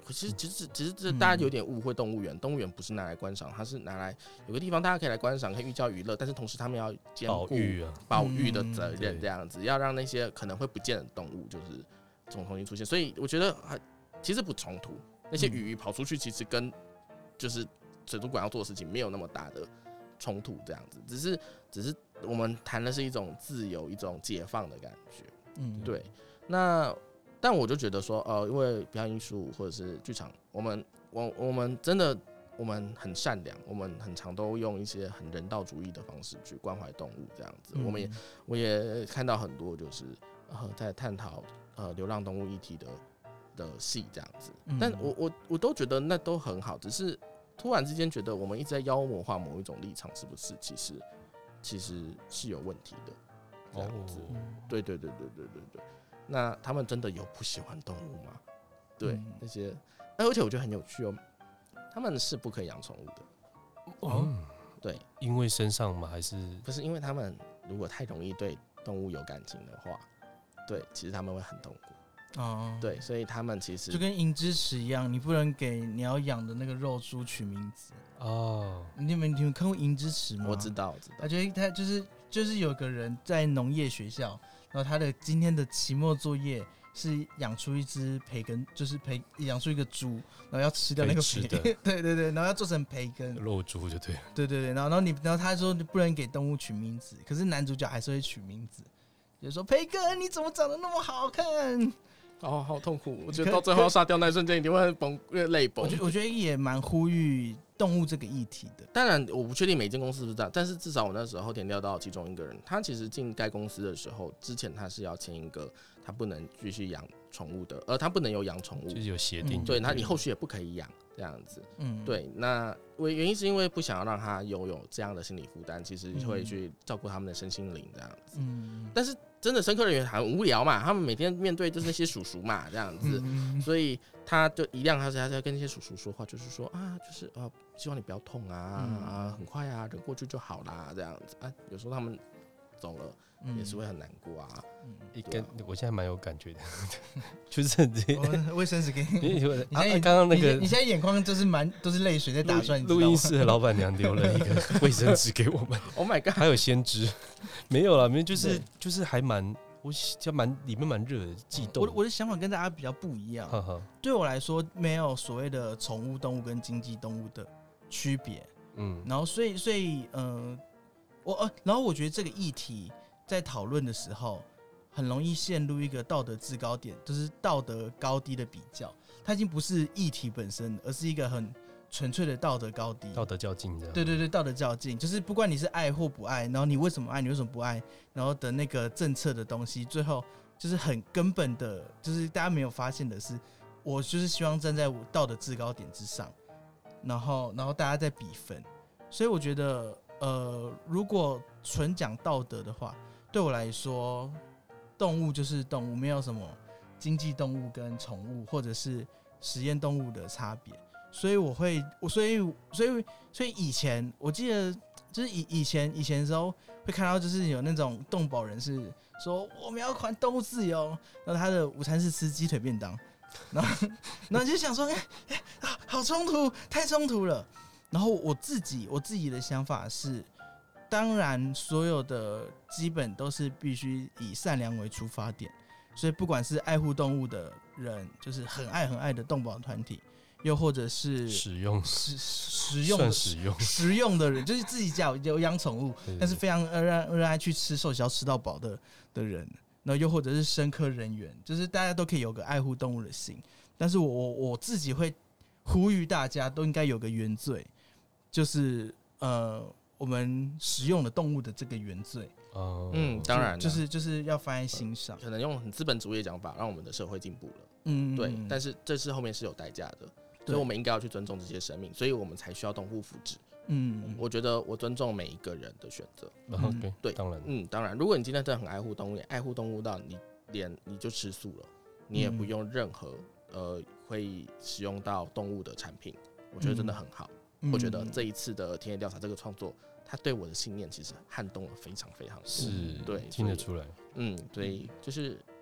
其实其实其实这大家有点误会动物园，动物园不是拿来观赏，它是拿来有个地方大家可以来观赏，可以寓教于乐，但是同时他们要兼顾保育啊保育的责任，这样子、嗯、要让那些可能会不见的动物就是重重新出现，所以我觉得其实不冲突。那些鱼跑出去，其实跟就是水族馆要做的事情没有那么大的冲突，这样子，只是只是我们谈的是一种自由、一种解放的感觉。嗯，对。那但我就觉得说，呃，因为表演艺术或者是剧场，我们我我们真的我们很善良，我们很常都用一些很人道主义的方式去关怀动物，这样子。嗯、我们也我也看到很多就是呃在探讨呃流浪动物议题的。的戏这样子，但我我我都觉得那都很好，只是突然之间觉得我们一直在妖魔化某一种立场，是不是？其实其实是有问题的，这样子。哦、对对对对对对对。那他们真的有不喜欢动物吗？对，嗯、那些，而且我觉得很有趣哦，他们是不可以养宠物的。 哦， 对， 因为身上吗？还是不是因为他们如果太容易对动物有感情的话，对，其实他们会很痛苦。哦，对，所以他们其实就跟银之匙一样，你不能给你要养的那个肉猪取名字哦。你们你们看过银之匙吗？ 我知道，我知道。 我觉得他就是就是有个人在农业学校，然后他的今天的期末作业是养出一只培根，就是培养出一个猪，然后要吃掉那个培根，对对对，然后要做成培根肉猪就对了。 对对对，然后然后你然后他说你不能给动物取名字，可是男主角还是会取名字，就说培根你怎么长得那么好看？ 哦，好痛苦！我觉得到最后要杀掉那一瞬间，一定会崩，泪崩。 我觉得我觉得也蛮呼吁动物这个议题的。 当然，我不确定每间公司是不是这样，但是至少我那时候填调到其中一个人，他其实进该公司的时候，之前他是要签一个他不能继续养宠物的，而他不能有养宠物， 就是有协定、嗯， 对，他你后续也不可以养这样子。嗯，对。那原因是因为不想要让他拥有这样的心理负担，其实会去照顾他们的身心灵这样子。嗯，但是。真的深刻人员很无聊嘛，他们每天面对就是那些叔叔嘛，这样子，嗯、所以他就一样，他是他是要跟那些叔叔说话，就是说啊，就是啊，希望你不要痛啊，嗯、啊，很快啊，忍过去就好啦，这样子啊。有时候他们走了、嗯、也是会很难过啊。嗯， 一跟我现在蛮有感觉的，就是卫生纸给你。 你现在刚刚那个， 你现在眼眶就是蛮都是泪水在打转。 录音室的老板娘留了一个卫生纸给我们。 Oh my god！ 还有先知，没有啦，没有，就是就是还蛮，我就蛮里面蛮热的，悸动。 我的我的想法跟大家比较不一样。呵呵对我来说，没有所谓的宠物动物跟经济动物的区别。嗯，然后所以所以呃，我呃，然后我觉得这个议题在讨论的时候。很容易陷入一个道德制高点，就是道德高低的比较。它已经不是议题本身，而是一个很纯粹的道德高低、 道德较劲这样。 对对对，道德较劲，就是不管你是爱或不爱，然后你为什么爱，你为什么不爱，然后的那个政策的东西，最后就是很根本的，就是大家没有发现的是，我就是希望站在我道德制高点之上，然后然后大家在比分。所以我觉得，呃，如果纯讲道德的话，对我来说。动物就是动物，没有什么经济动物跟宠物或者是实验动物的差别，所以我会，所以所以所以以前我记得就是以以前以前的时候会看到就是有那种动保人士说我们要还动物自由，然后他的午餐是吃鸡腿便当，然后然后就想说，哎、欸欸，好冲突，太冲突了。然后我自己我自己的想法是。当然，所有的基本都是必须以善良为出发点，所以不管是爱护动物的人，就是很爱很爱的动保团体，又或者是使用实实用的使用实用的人，就是自己家有养宠物，但是非常热爱去吃寿司要吃到饱的的人，那又或者是生科人员，就是大家都可以有个爱护动物的心。但是我我我自己会呼吁大家都应该有个原罪，就是呃。我们使用的动物的这个原罪， 嗯，当然， 就是就是要放在心上。 可能用很资本主义的讲法，让我们的社会进步了，嗯，对。但是这是后面是有代价的，所以我们应该要去尊重这些生命，所以我们才需要动物福祉。嗯，我觉得我尊重每一个人的选择。 嗯， 对， 当然， 嗯，当然，如果你今天真的很爱护动物，爱护动物到你连你就吃素了，你也不用任何呃会使用到动物的产品，我觉得真的很好。我觉得这一次的田野调查这个创作。他对我的信念其实撼动了非常非常多， 是， 对， 听得出来。 嗯，对，就是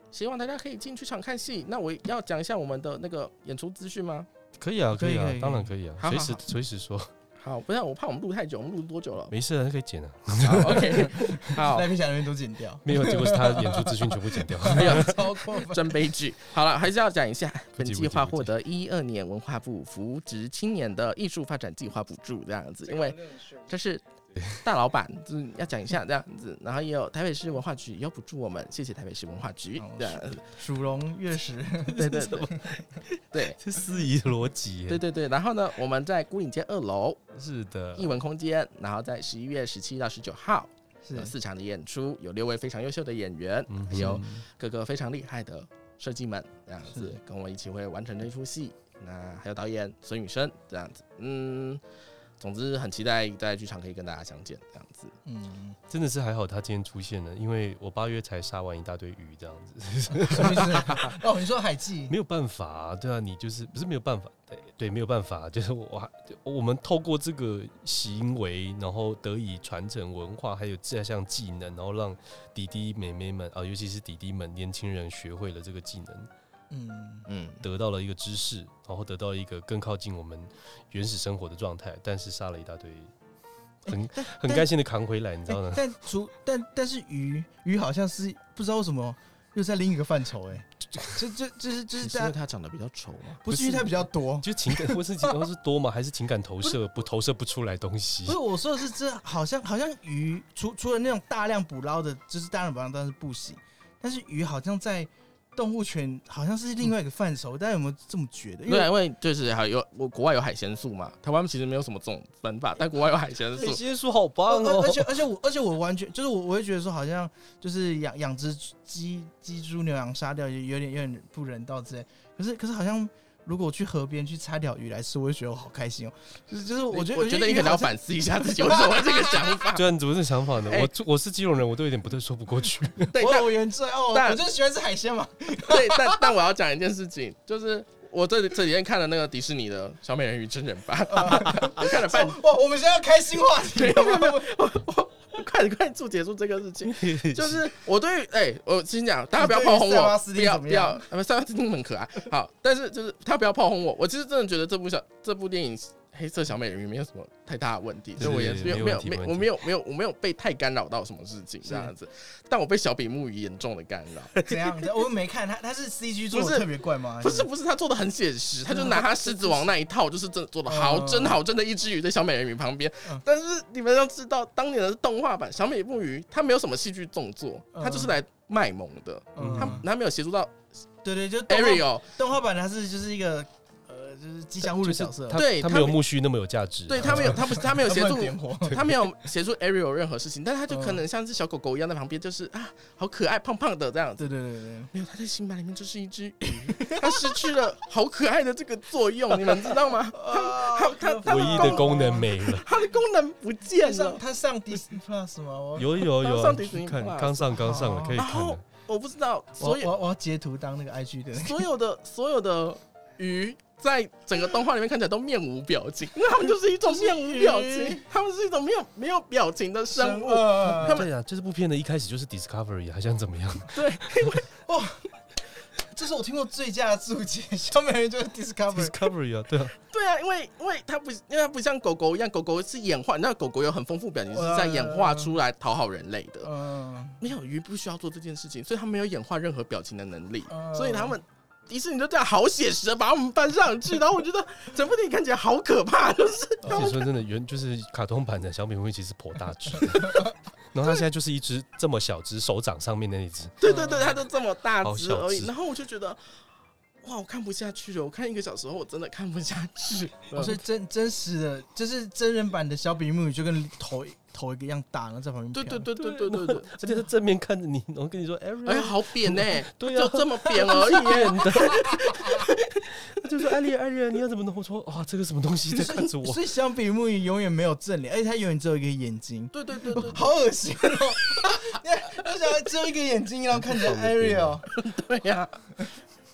希望大家可以进剧场看戏。那我要讲一下我们的那个演出资讯吗？ 可以啊，可以啊， 可以可以当然可以啊，随时随时说。 好，不然我怕我们录太久，我们录多久了？ 没事啊，可以剪啊。 好 ，OK， 好， 赖皮侠那边都剪掉， 没有，结果是他演出资讯全部剪掉， 没有， 超过分， 真悲剧。好了，还是要讲一下，本计划获得一二年文化部扶植青年的艺术发展计划补助，这样子，因为这是大老板，就是要讲一下这样子。然后也有台北市文化局也有补助我们，谢谢台北市文化局。这样子， 属龙月食， 对对对，对， 是司仪逻辑。 对对对。然后呢，我们在牯岭街二楼， 是的， 艺文空间，然后在十一月十七到十九号。 是有四场的演出，有六位非常优秀的演员， 嗯、 还有各个非常厉害的设计们，这样子跟我一起会完成这一出戏。那还有导演孙宇生这样子，嗯，总之很期待在剧场可以跟大家相见，这样子。 嗯， 真的是还好他今天出现了，因为我八月才杀完一大堆鱼，这样子。 什么意思？哦，你说海记没有办法、啊，对啊，你就是不是没有办法，对对，没有办法，就是我我们透过这个行为，然后得以传承文化，还有这项技能，然后让弟弟妹妹们啊，尤其是弟弟们年轻人学会了这个技能。 嗯嗯， 得到了一个知识，然后得到一个更靠近我们原始生活的状态，但是杀了一大堆，很、欸、很开心的扛回来，你知道吗？ 欸、但除但但是鱼鱼好像是不知道为什么又在另一个范畴，哎，就就就是就是是因为他长得比较丑吗？ 不是因为他比较多， 就情感或是或是多吗？还是情感投射不投射不出来东西？ 不是我说的是这好像好像鱼除除了那种大量捕捞的，就是大量捕捞当然是不行，但是鱼好像在动物权好像是另外一个范畴，大家有没有这么觉得？因为对，因为就是还有我国外有海鲜素嘛，台湾其实没有什么这种分法，但国外有海鲜素。 海鲜素好棒哦！ 而且而且我而且我完全就是我我会觉得说，好像就是养养只鸡鸡猪牛羊杀掉有点有点不人道之类。可是可是好像如果我去河边去拆条鱼来吃，我会觉得我好开心哦。就是就是我觉得我觉得你可能要反思一下自己为什么这个想法。 对啊，你怎么这想法呢？欸、我我是基隆人，我都有点不太说不过去。 对， 我我原罪哦， 但我就喜欢吃海鲜嘛。 对，但但我要讲一件事情，就是我这这几天看了那个迪士尼的小美人鱼真人版，我看了半。 哇，我们现在要开新话题了， 没有没有，我我快点快点结束这个事情。就是我对哎、欸，我先讲，大家不要炮轰我，不要不要，不，塞巴斯汀很可爱，好，但是就是他不要炮轰我，我其实真的觉得这部小这部电影。黑色小美人鱼没有什么太大的问题，所以我也没有没有没有我没有没有我没有被太干扰到什么事情这样子，但我被小比目鱼严重的干扰。 怎样？我没看他，他是 C G 做的特别怪吗？ 不是不是，他做的很写实，他就拿他狮子王那一套，就是真的做的好真好真的一只鱼在小美人鱼旁边。但是你们要知道，当年的动画版小美目鱼，它没有什么戏剧动作，它就是来卖萌的，他他没有协助到。 对对，就 Ariel 动画版，它是就是一个。就是吉祥物的角色， 对， 他没有木须那么有价值， 对他没有，他不是他没有协助，他没有协助 Ariel 任何事情，但是他就可能像是小狗狗一样在旁边，就是啊，好可爱，胖胖的这样子。 对对对对， 没有，他在新版里面就是一只鱼，他失去了好可爱的这个作用，你们知道吗？他他他唯一的功能没了， 他的功能不见了。 他上 Disney Plus 吗？ 有有有， 上 Disney Plus， 看刚上刚上了，可以看了。 我不知道，所以我我要截图当那个 I G 的， 所有的所有的鱼。在整个动画里面看起来都面无表情，因为他们就是一种面无表情，他们是一种没有没有表情的生物。他们对啊，这部片的一开始就是 Discovery， 还想怎么样？ 对，因为哇，这是我听过最佳的注解，小美人就是 Discovery Discovery 啊，对啊， 对啊，因为因为它不因为它不像狗狗一样，狗狗是演化，那狗狗有很丰富表情，是在演化出来讨好人类的。嗯，没有鱼不需要做这件事情，所以它没有演化任何表情的能力，所以他们。迪士尼就这样好写实的把我们搬上去，然后我觉得整部电影看起来好可怕，就是。 而且说真的，原就是卡通版的小美人鱼其实颇大只，然后它现在就是一只这么小只，手掌上面那一只。 对对对，它就这么大只而已。然后我就觉得，哇，我看不下去了。我看一个小时后，我真的看不下去。 哦、所以真真实的，就是真人版的小比目鱼就跟头头一个一样大，然后在旁边。 对对对对对对对， 而且是正面看着你，然后跟你说， 哎呀，好扁呢、欸， 对啊， 就这么扁而已的。他就说：“艾丽，艾丽，你要怎么弄？”我说：“哇，这个什么东西在看着我？” 所以小比目鱼永远没有正脸，而且它永远只有一个眼睛。 对对对 对, 對， 好恶心哦！我想只有一个眼睛，然后看着 Ariel。 对呀、啊。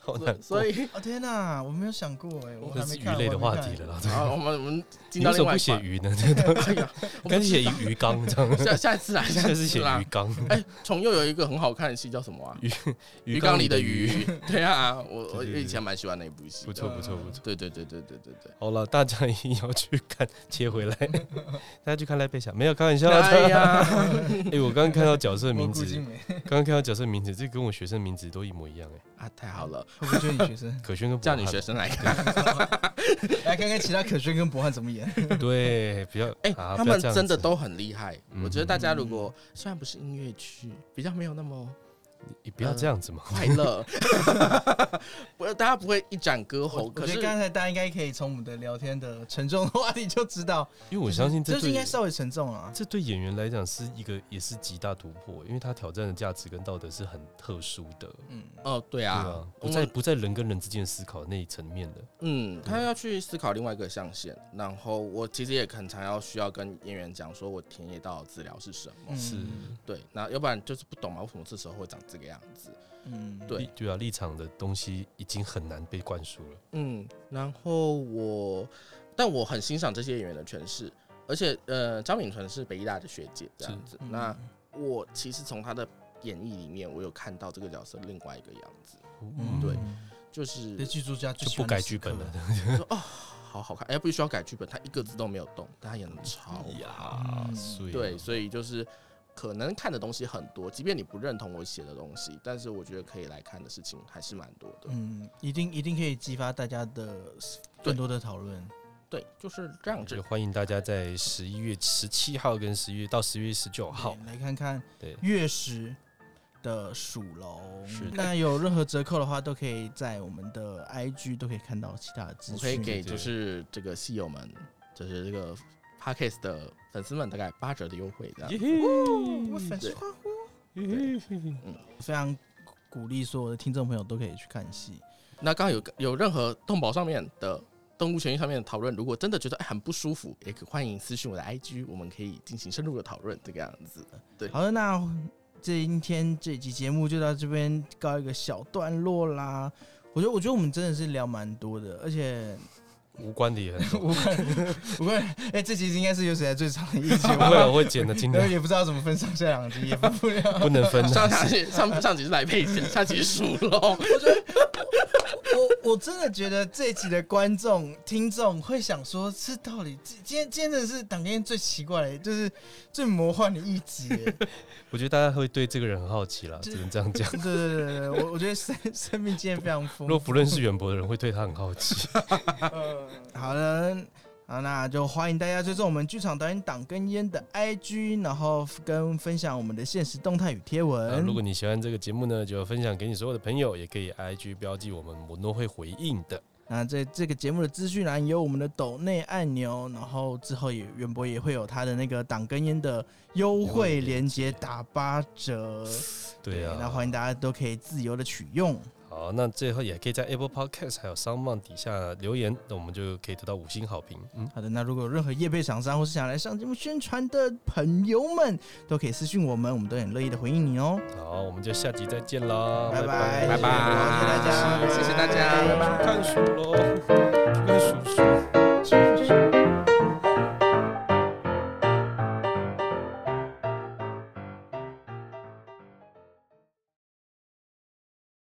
好难过。 所以， 哦天哪，我没有想过哎，我还没看这是鱼类的话题了啦。 好，我们我们进你为什么不写鱼呢？ 哎呀， 干脆写鱼缸这样。 下下一次来， 下次写鱼缸。 哎，重佑有一个很好看的戏叫什么啊？ 鱼鱼缸里的鱼。对啊，我我以前蛮喜欢那部戏。 不错不错不错。 对对对对对对对。 好了，大家一定要去看，切回来，大家去看赖佩霞，没有开玩笑的。 哎呀， 哎，我刚刚看到角色名字，刚刚看到角色名字，这跟我学生名字都一模一样哎。 啊，太好了， 会不会就是你学生？ 可轩跟叫你学生来看， 来看看其他可轩跟博翰怎么演。 对，比较哎，他们真的都很厉害。我觉得大家如果虽然不是音乐剧，比较没有那么。 你不要这样子嘛， 快乐，不，大家不会一展歌喉。 可是刚才大家应该可以从我们的聊天的沉重的话题就知道， 因为我相信这就是应该稍微沉重啊。 这对演员来讲是一个也是极大突破，因为他挑战的价值跟道德是很特殊的。 嗯，哦，对啊， 对啊，不在不在人跟人之间思考那一层面的。 嗯，他要去思考另外一个象限。然后我其实也很常要需要跟演员讲说，我田野道的治疗是什么。 是， 对，那要不然就是不懂嘛，为什么这时候会长这个样子？嗯，对， 对啊，立场的东西已经很难被灌输了。 嗯，然后我，但我很欣赏这些演员的诠释，而且呃，张敏纯是北艺大的学姐这样子。那我其实从她的演绎里面，我有看到这个角色另外一个样子。嗯，对，就是剧作家就不改剧本了。 哦，好好看，哎，不需要改剧本，他一个字都没有动，但他演得超好。对，所以就是。可能看的东西很多，即便你不认同我写的东西，但是我觉得可以来看的事情还是蛮多的。 嗯，一定一定可以激发大家的更多的讨论。 对，就是这样子。 欢迎大家在十一月十七号跟十月到十月十九号来看看对月食的属龙。那有任何折扣的话，都可以在我们的 I G 都可以看到其他的资讯。 我可以给就是这个戏友们，就是这个。Podcast 的粉丝们大概八折的优惠，这样子。 我粉丝欢呼，嗯，非常鼓励所有的听众朋友都可以去看戏。 那刚刚有有任何动保上面的动物权益上面的讨论，如果真的觉得、欸、很不舒服，也可欢迎私讯我的 I G， 我们可以进行深入的讨论，这个样子。对， 好的，那今天这集节目就到这边告一个小段落啦。我觉得，我觉得我们真的是聊蛮多的，而且。 无关的也很多， 无关无关。哎、欸，这集应该是有史以来最长的一集， 不会，我会剪的，尽量。 也不知道怎么分上下两集，也分不了， 不能分。 上集上上集是来配剪，下集是属龙。 我觉得我我真的觉得这一集的观众听众会想说，这到底今天今天真的是党根最奇怪的，就是最魔幻的一集。 我觉得大家会对这个人很好奇啦，只能这样讲。 对对对对，我我觉得生生命经验非常丰富。 如果不认识远博的人，会对他很好奇。 嗯，好的，好，那就欢迎大家追踪我们剧场导演党根烟的 I G， 然后跟分享我们的现实动态与贴文。 如果你喜欢这个节目呢，就分享给你所有的朋友，也可以 I G 标记我们，我们都会回应的。 那在这个节目的资讯栏有我们的抖内按钮，然后之后也袁博也会有他的那个党根烟的优惠连结打八折。 对啊， 那欢迎大家都可以自由的取用。 好，那最后也可以在 Apple Podcast 还有 SoundOn 底下留言，那我们就可以得到五星好评。嗯， 好的，那如果有任何业配厂商或是想来上节目宣传的朋友们，都可以私讯我们，我们都很乐意的回应你哦。 好，我们就下集再见啦， 拜拜， 拜拜， 谢谢大家， 谢谢大家， 拜拜， 看书喽，看叔叔。